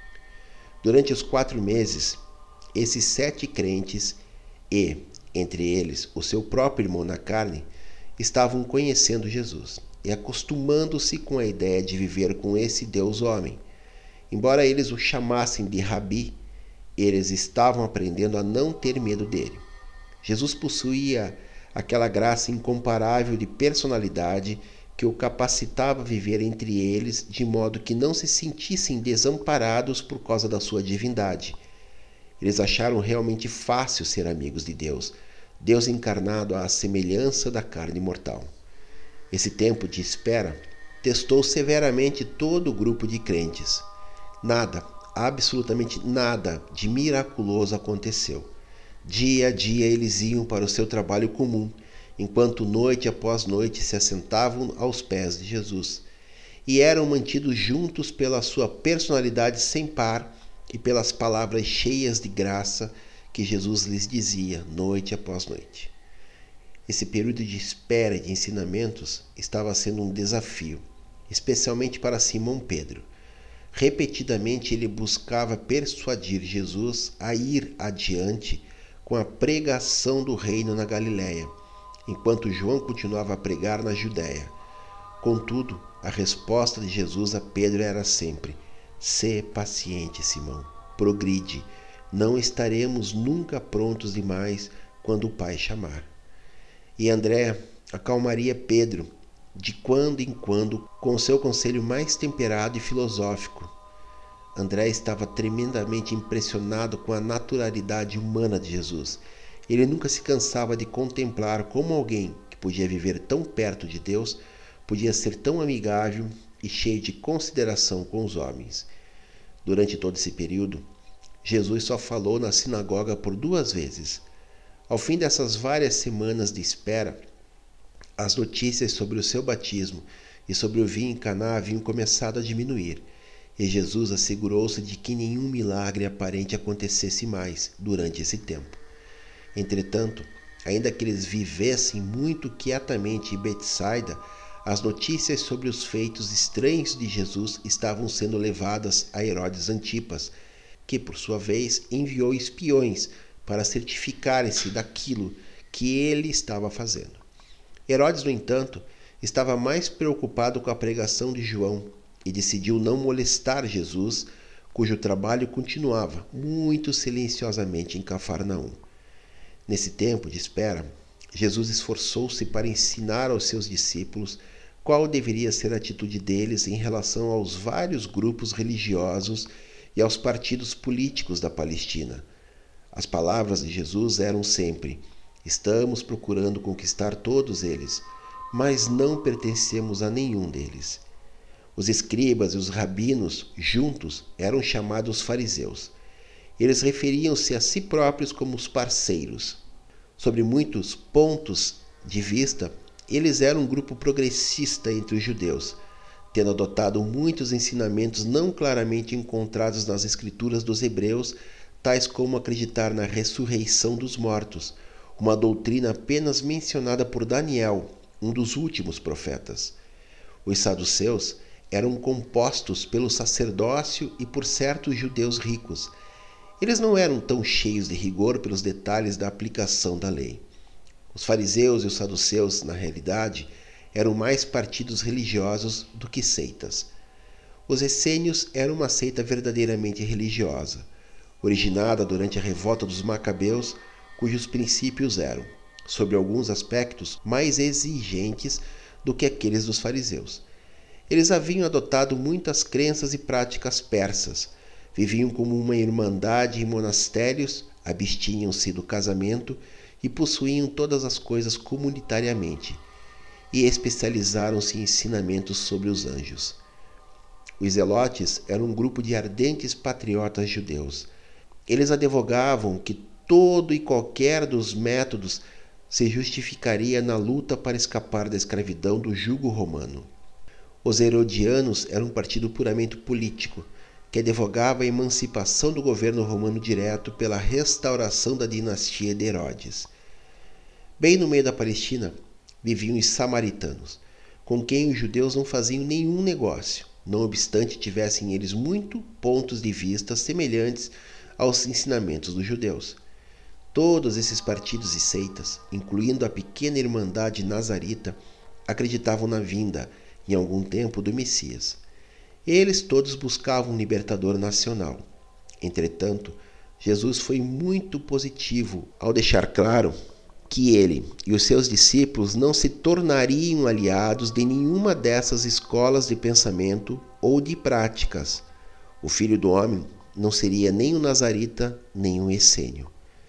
Durante os quatro meses, esses sete crentes e, entre eles, o seu próprio irmão na carne, estavam conhecendo Jesus e acostumando-se com a ideia de viver com esse Deus-homem. Embora eles o chamassem de Rabi, eles estavam aprendendo a não ter medo dele. Jesus possuía aquela graça incomparável de personalidade que o capacitava a viver entre eles de modo que não se sentissem desamparados por causa da sua divindade. Eles acharam realmente fácil ser amigos de Deus, Deus encarnado à semelhança da carne mortal. Esse tempo de espera testou severamente todo o grupo de crentes. Nada, absolutamente nada de miraculoso aconteceu. Dia a dia eles iam para o seu trabalho comum, enquanto noite após noite se assentavam aos pés de Jesus, e eram mantidos juntos pela sua personalidade sem par e pelas palavras cheias de graça que Jesus lhes dizia noite após noite. Esse período de espera e de ensinamentos estava sendo um desafio, especialmente para Simão Pedro. Repetidamente ele buscava persuadir Jesus a ir adiante com a pregação do reino na Galiléia, enquanto João continuava a pregar na Judéia. Contudo, a resposta de Jesus a Pedro era sempre: sê paciente, Simão, progride, não estaremos nunca prontos demais quando o Pai chamar. E André acalmaria Pedro, de quando em quando, com seu conselho mais temperado e filosófico. André estava tremendamente impressionado com a naturalidade humana de Jesus. Ele nunca se cansava de contemplar como alguém que podia viver tão perto de Deus podia ser tão amigável e cheio de consideração com os homens. Durante todo esse período, Jesus só falou na sinagoga por duas vezes. Ao fim dessas várias semanas de espera, as notícias sobre o seu batismo e sobre o vinho em Caná haviam começado a diminuir. E Jesus assegurou-se de que nenhum milagre aparente acontecesse mais durante esse tempo. Entretanto, ainda que eles vivessem muito quietamente em Betsaida, as notícias sobre os feitos estranhos de Jesus estavam sendo levadas a Herodes Antipas, que, por sua vez, enviou espiões para certificarem-se daquilo que ele estava fazendo. Herodes, no entanto, estava mais preocupado com a pregação de João e decidiu não molestar Jesus, cujo trabalho continuava muito silenciosamente em Cafarnaum. Nesse tempo de espera, Jesus esforçou-se para ensinar aos seus discípulos qual deveria ser a atitude deles em relação aos vários grupos religiosos e aos partidos políticos da Palestina. As palavras de Jesus eram sempre: estamos procurando conquistar todos eles, mas não pertencemos a nenhum deles. Os escribas e os rabinos, juntos, eram chamados fariseus. Eles referiam-se a si próprios como os parceiros. Sobre muitos pontos de vista, eles eram um grupo progressista entre os judeus, tendo adotado muitos ensinamentos não claramente encontrados nas escrituras dos hebreus, tais como acreditar na ressurreição dos mortos, uma doutrina apenas mencionada por Daniel, um dos últimos profetas. Os saduceus eram compostos pelo sacerdócio e por certos judeus ricos. Eles não eram tão cheios de rigor pelos detalhes da aplicação da lei. Os fariseus e os saduceus, na realidade, eram mais partidos religiosos do que seitas. Os essênios eram uma seita verdadeiramente religiosa, originada durante a revolta dos Macabeus, cujos princípios eram, sob alguns aspectos, mais exigentes do que aqueles dos fariseus. Eles haviam adotado muitas crenças e práticas persas, viviam como uma irmandade em monastérios, abstinham-se do casamento e possuíam todas as coisas comunitariamente, e especializaram-se em ensinamentos sobre os anjos. Os zelotes eram um grupo de ardentes patriotas judeus. Eles advogavam que todo e qualquer dos métodos se justificaria na luta para escapar da escravidão do jugo romano. Os herodianos eram um partido puramente político, que advogava a emancipação do governo romano direto pela restauração da dinastia de Herodes. Bem no meio da Palestina viviam os samaritanos, com quem os judeus não faziam nenhum negócio, não obstante tivessem eles muitos pontos de vista semelhantes aos ensinamentos dos judeus. Todos esses partidos e seitas, incluindo a pequena Irmandade Nazarita, acreditavam na vinda, em algum tempo, do Messias. Eles todos buscavam um libertador nacional. Entretanto, Jesus foi muito positivo ao deixar claro que ele e os seus discípulos não se tornariam aliados de nenhuma dessas escolas de pensamento ou de práticas. O Filho do Homem não seria nem um nazarita, nem um essênio.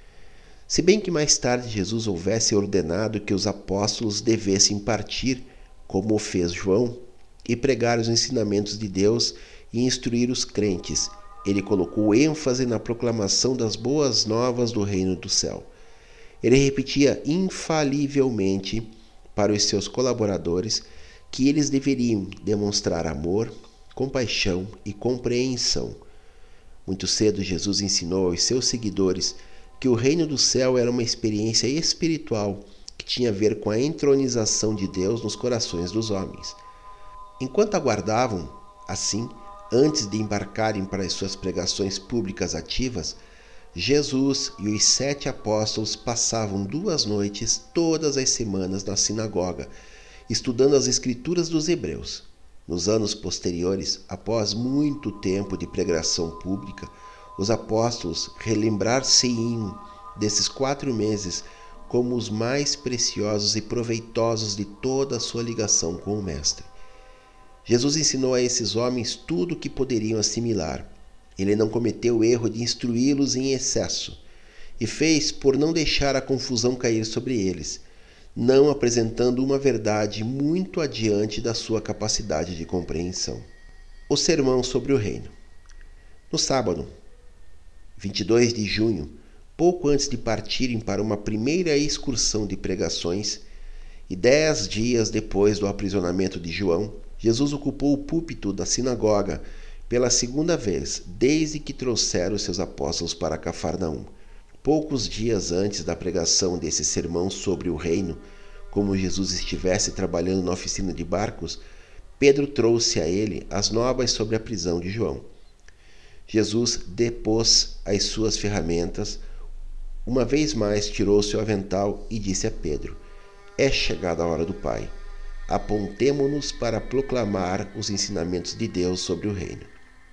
Se bem que mais tarde Jesus houvesse ordenado que os apóstolos devessem partir, como o fez João, e pregar os ensinamentos de Deus e instruir os crentes, ele colocou ênfase na proclamação das boas novas do reino do céu. Ele repetia infalivelmente para os seus colaboradores que eles deveriam demonstrar amor, compaixão e compreensão. Muito cedo Jesus ensinou aos seus seguidores que o reino do céu era uma experiência espiritual que tinha a ver com a entronização de Deus nos corações dos homens. Enquanto aguardavam, assim, antes de embarcarem para as suas pregações públicas ativas, Jesus e os sete apóstolos passavam duas noites todas as semanas na sinagoga, estudando as escrituras dos hebreus. Nos anos posteriores, após muito tempo de pregação pública, os apóstolos relembrar-se-iam desses quatro meses como os mais preciosos e proveitosos de toda a sua ligação com o Mestre. Jesus ensinou a esses homens tudo o que poderiam assimilar. Ele não cometeu o erro de instruí-los em excesso, e fez por não deixar a confusão cair sobre eles, não apresentando uma verdade muito adiante da sua capacidade de compreensão. O sermão sobre o reino. No sábado, vinte e dois de junho, pouco antes de partirem para uma primeira excursão de pregações, E dez dias depois do aprisionamento de João, Jesus ocupou o púlpito da sinagoga pela segunda vez, desde que trouxeram seus apóstolos para Cafarnaum. Poucos dias antes da pregação desse sermão sobre o reino, como Jesus estivesse trabalhando na oficina de barcos, Pedro trouxe a ele as novas sobre a prisão de João. Jesus depôs as suas ferramentas, uma vez mais tirou seu avental e disse a Pedro: é chegada a hora do Pai. Apontemo-nos para proclamar os ensinamentos de Deus sobre o reino.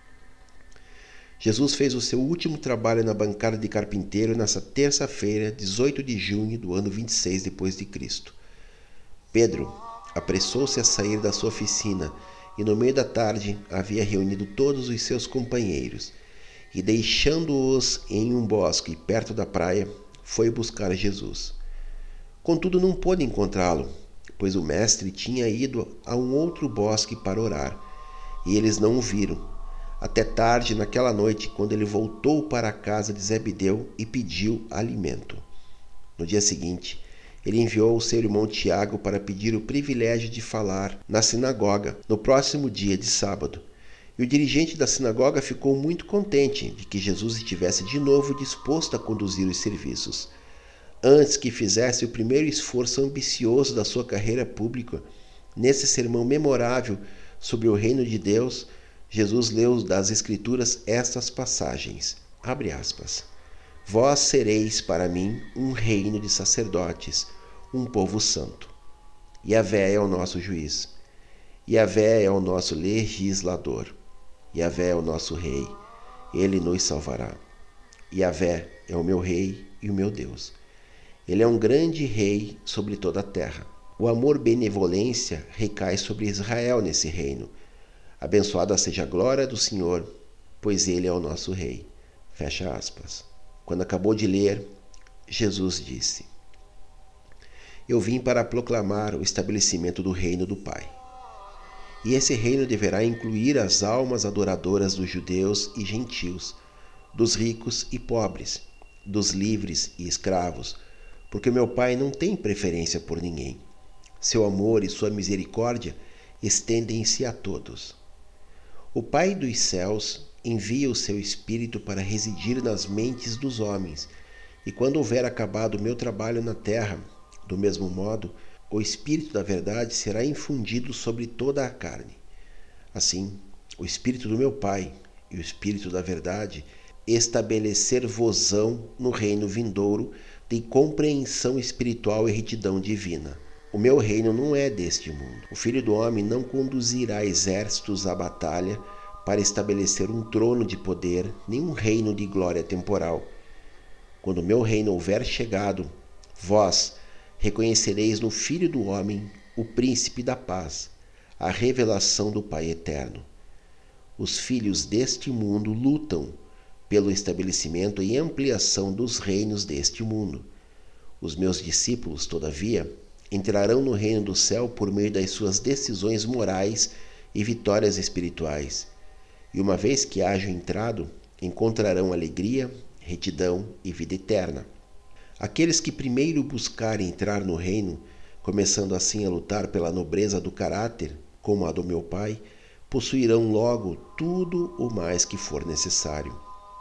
Jesus fez o seu último trabalho na bancada de carpinteiro nessa terça-feira, dezoito de junho do ano vinte e seis depois de Cristo. Pedro apressou-se a sair da sua oficina e no meio da tarde havia reunido todos os seus companheiros e, deixando-os em um bosque perto da praia, foi buscar Jesus. Contudo, não pôde encontrá-lo, pois o mestre tinha ido a um outro bosque para orar, e eles não o viram, até tarde naquela noite, quando ele voltou para a casa de Zebedeu e pediu alimento. No dia seguinte, ele enviou o seu irmão Tiago para pedir o privilégio de falar na sinagoga no próximo dia de sábado. E o dirigente da sinagoga ficou muito contente de que Jesus estivesse de novo disposto a conduzir os serviços. Antes que fizesse o primeiro esforço ambicioso da sua carreira pública, nesse sermão memorável sobre o reino de Deus, Jesus leu das Escrituras estas passagens, abre aspas, vós sereis para mim um reino de sacerdotes, um povo santo. Yahvé é o nosso juiz. Yahvé é o nosso legislador. Yahvé é o nosso rei. Ele nos salvará. Yahvé é o meu rei e o meu Deus. Ele é um grande rei sobre toda a terra. O amor-benevolência recai sobre Israel nesse reino. Abençoada seja a glória do Senhor, pois Ele é o nosso Rei. Fecha aspas. Quando acabou de ler, Jesus disse: eu vim para proclamar o estabelecimento do reino do Pai. E esse reino deverá incluir as almas adoradoras dos judeus e gentios, dos ricos e pobres, dos livres e escravos, porque meu Pai não tem preferência por ninguém. Seu amor e sua misericórdia estendem-se a todos. O Pai dos céus envia o seu Espírito para residir nas mentes dos homens, e quando houver acabado o meu trabalho na terra, do mesmo modo, o Espírito da verdade será infundido sobre toda a carne. Assim, o Espírito do meu Pai e o Espírito da verdade estabelecer-vos-ão no reino vindouro de compreensão espiritual e retidão divina. O meu reino não é deste mundo. O Filho do Homem não conduzirá exércitos à batalha para estabelecer um trono de poder, nem um reino de glória temporal. Quando o meu reino houver chegado, vós reconhecereis no Filho do Homem o Príncipe da Paz, a revelação do Pai Eterno. Os filhos deste mundo lutam pelo estabelecimento e ampliação dos reinos deste mundo. Os meus discípulos, todavia, entrarão no reino do céu por meio das suas decisões morais e vitórias espirituais. E uma vez que hajam entrado, encontrarão alegria, retidão e vida eterna. Aqueles que primeiro buscarem entrar no reino, começando assim a lutar pela nobreza do caráter, como a do meu Pai, possuirão logo tudo o mais que for necessário.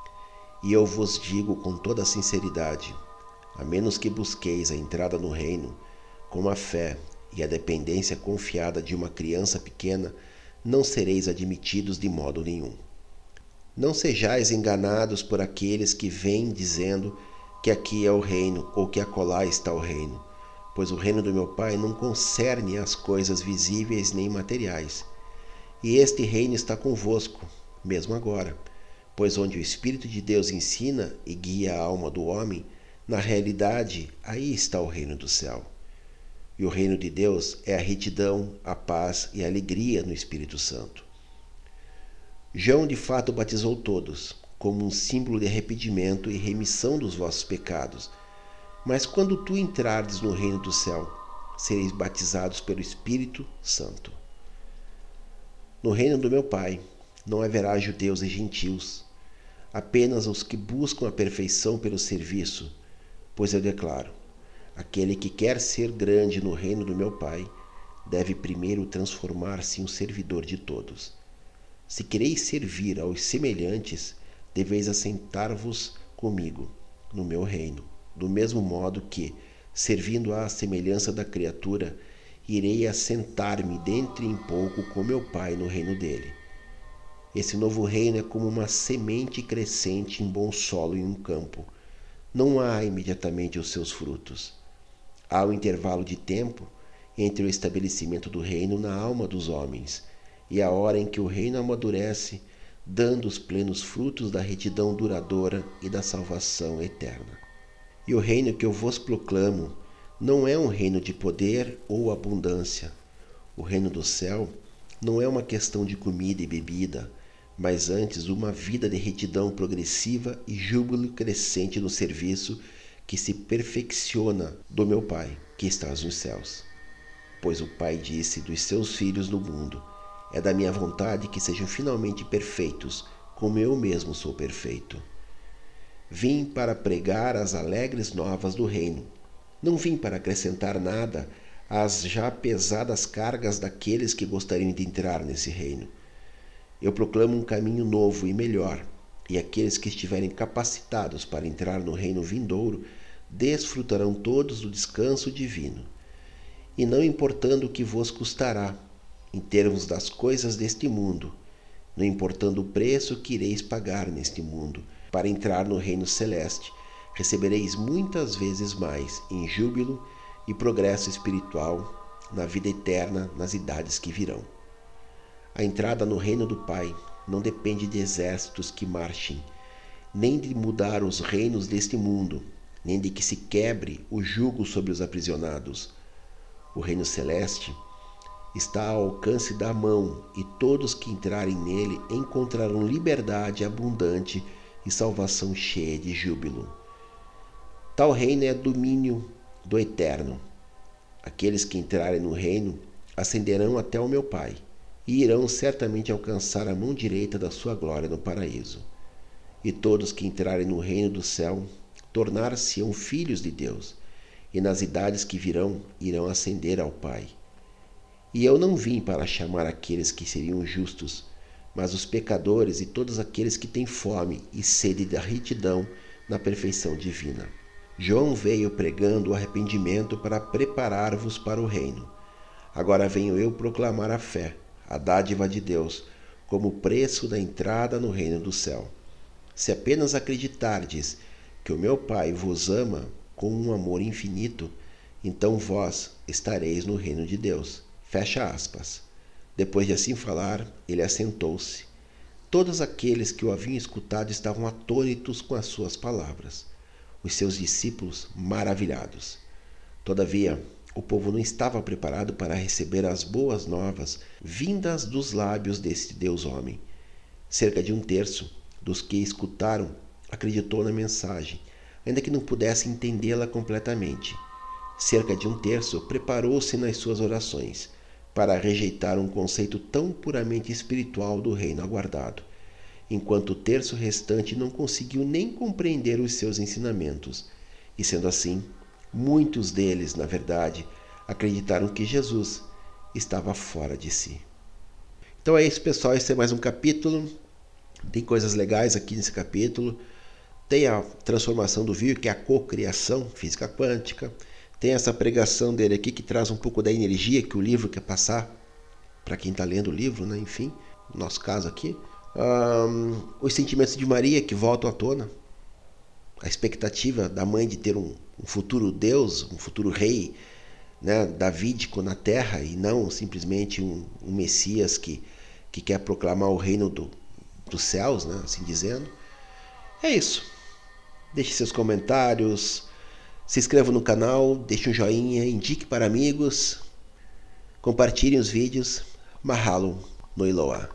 E eu vos digo com toda a sinceridade, a menos que busqueis a entrada no reino, com a fé e a dependência confiada de uma criança pequena, não sereis admitidos de modo nenhum. Não sejais enganados por aqueles que vêm dizendo que aqui é o reino ou que acolá está o reino, pois o reino do meu Pai não concerne as coisas visíveis nem materiais. E este reino está convosco, mesmo agora, pois onde o Espírito de Deus ensina e guia a alma do homem, na realidade, aí está o reino do céu. E o reino de Deus é a retidão, a paz e a alegria no Espírito Santo. João de fato batizou todos, como um símbolo de arrependimento e remissão dos vossos pecados. Mas quando tu entrardes no reino do céu, sereis batizados pelo Espírito Santo. No reino do meu Pai não haverá judeus e gentios, apenas os que buscam a perfeição pelo serviço, pois eu declaro, Aquele que quer ser grande no reino do meu Pai deve primeiro transformar-se em um servidor de todos. Se quereis servir aos semelhantes, deveis assentar-vos comigo no meu reino, do mesmo modo que, servindo à semelhança da criatura, irei assentar-me dentro em pouco com meu Pai no reino dele. Esse novo reino é como uma semente crescente em bom solo em um campo. Não há imediatamente os seus frutos. Há um intervalo de tempo entre o estabelecimento do reino na alma dos homens e a hora em que o reino amadurece, dando os plenos frutos da retidão duradoura e da salvação eterna. E o reino que eu vos proclamo não é um reino de poder ou abundância. O reino do céu não é uma questão de comida e bebida, mas antes uma vida de retidão progressiva e júbilo crescente no serviço que se perfecciona do meu Pai, que estás nos céus. Pois o Pai disse dos seus filhos no mundo: é da minha vontade que sejam finalmente perfeitos, como eu mesmo sou perfeito. Vim para pregar as alegres novas do reino. Não vim para acrescentar nada às já pesadas cargas daqueles que gostariam de entrar nesse reino. Eu proclamo um caminho novo e melhor, e aqueles que estiverem capacitados para entrar no reino vindouro desfrutarão todos do descanso divino. E não importando o que vos custará, em termos das coisas deste mundo, não importando o preço que ireis pagar neste mundo, para entrar no reino celeste, recebereis muitas vezes mais em júbilo e progresso espiritual na vida eterna nas idades que virão. A entrada no reino do Pai não depende de exércitos que marchem, nem de mudar os reinos deste mundo, nem de que se quebre o jugo sobre os aprisionados. O reino celeste está ao alcance da mão e todos que entrarem nele encontrarão liberdade abundante e salvação cheia de júbilo. Tal reino é domínio do Eterno. Aqueles que entrarem no reino ascenderão até o meu Pai e irão certamente alcançar a mão direita da sua glória no paraíso. E todos que entrarem no reino do céu tornar-se-ão filhos de Deus, e nas idades que virão irão ascender ao Pai. E eu não vim para chamar aqueles que seriam justos, mas os pecadores e todos aqueles que têm fome e sede da retidão na perfeição divina. João veio pregando o arrependimento para preparar-vos para o reino. Agora venho eu proclamar a fé, a dádiva de Deus, como preço da entrada no reino do céu. Se apenas acreditardes que o meu Pai vos ama com um amor infinito, então vós estareis no reino de Deus. Fecha aspas. Depois de assim falar, ele assentou-se. Todos aqueles que o haviam escutado estavam atônitos com as suas palavras, os seus discípulos maravilhados. Todavia, o povo não estava preparado para receber as boas novas vindas dos lábios deste Deus-homem. Cerca de um terço dos que escutaram acreditou na mensagem, ainda que não pudesse entendê-la completamente. Cerca de um terço preparou-se nas suas orações para rejeitar um conceito tão puramente espiritual do reino aguardado, enquanto o terço restante não conseguiu nem compreender os seus ensinamentos. E sendo assim, muitos deles, na verdade, acreditaram que Jesus estava fora de si. Então é isso, pessoal. Esse é mais um capítulo. Tem coisas legais aqui nesse capítulo. Tem a transformação do vídeo, que é a cocriação, física quântica. Tem essa pregação dele aqui que traz um pouco da energia que o livro quer passar para quem está lendo o livro, né? Enfim, no nosso caso aqui. Um, os sentimentos de Maria que voltam à tona. A expectativa da mãe de ter um, um futuro Deus, um futuro rei, né, davídico na terra, e não simplesmente um, um Messias que, que quer proclamar o reino do, dos céus, né, assim dizendo. É isso. Deixe seus comentários, se inscreva no canal, deixe um joinha, indique para amigos, compartilhem os vídeos. Mahalo no Iloa.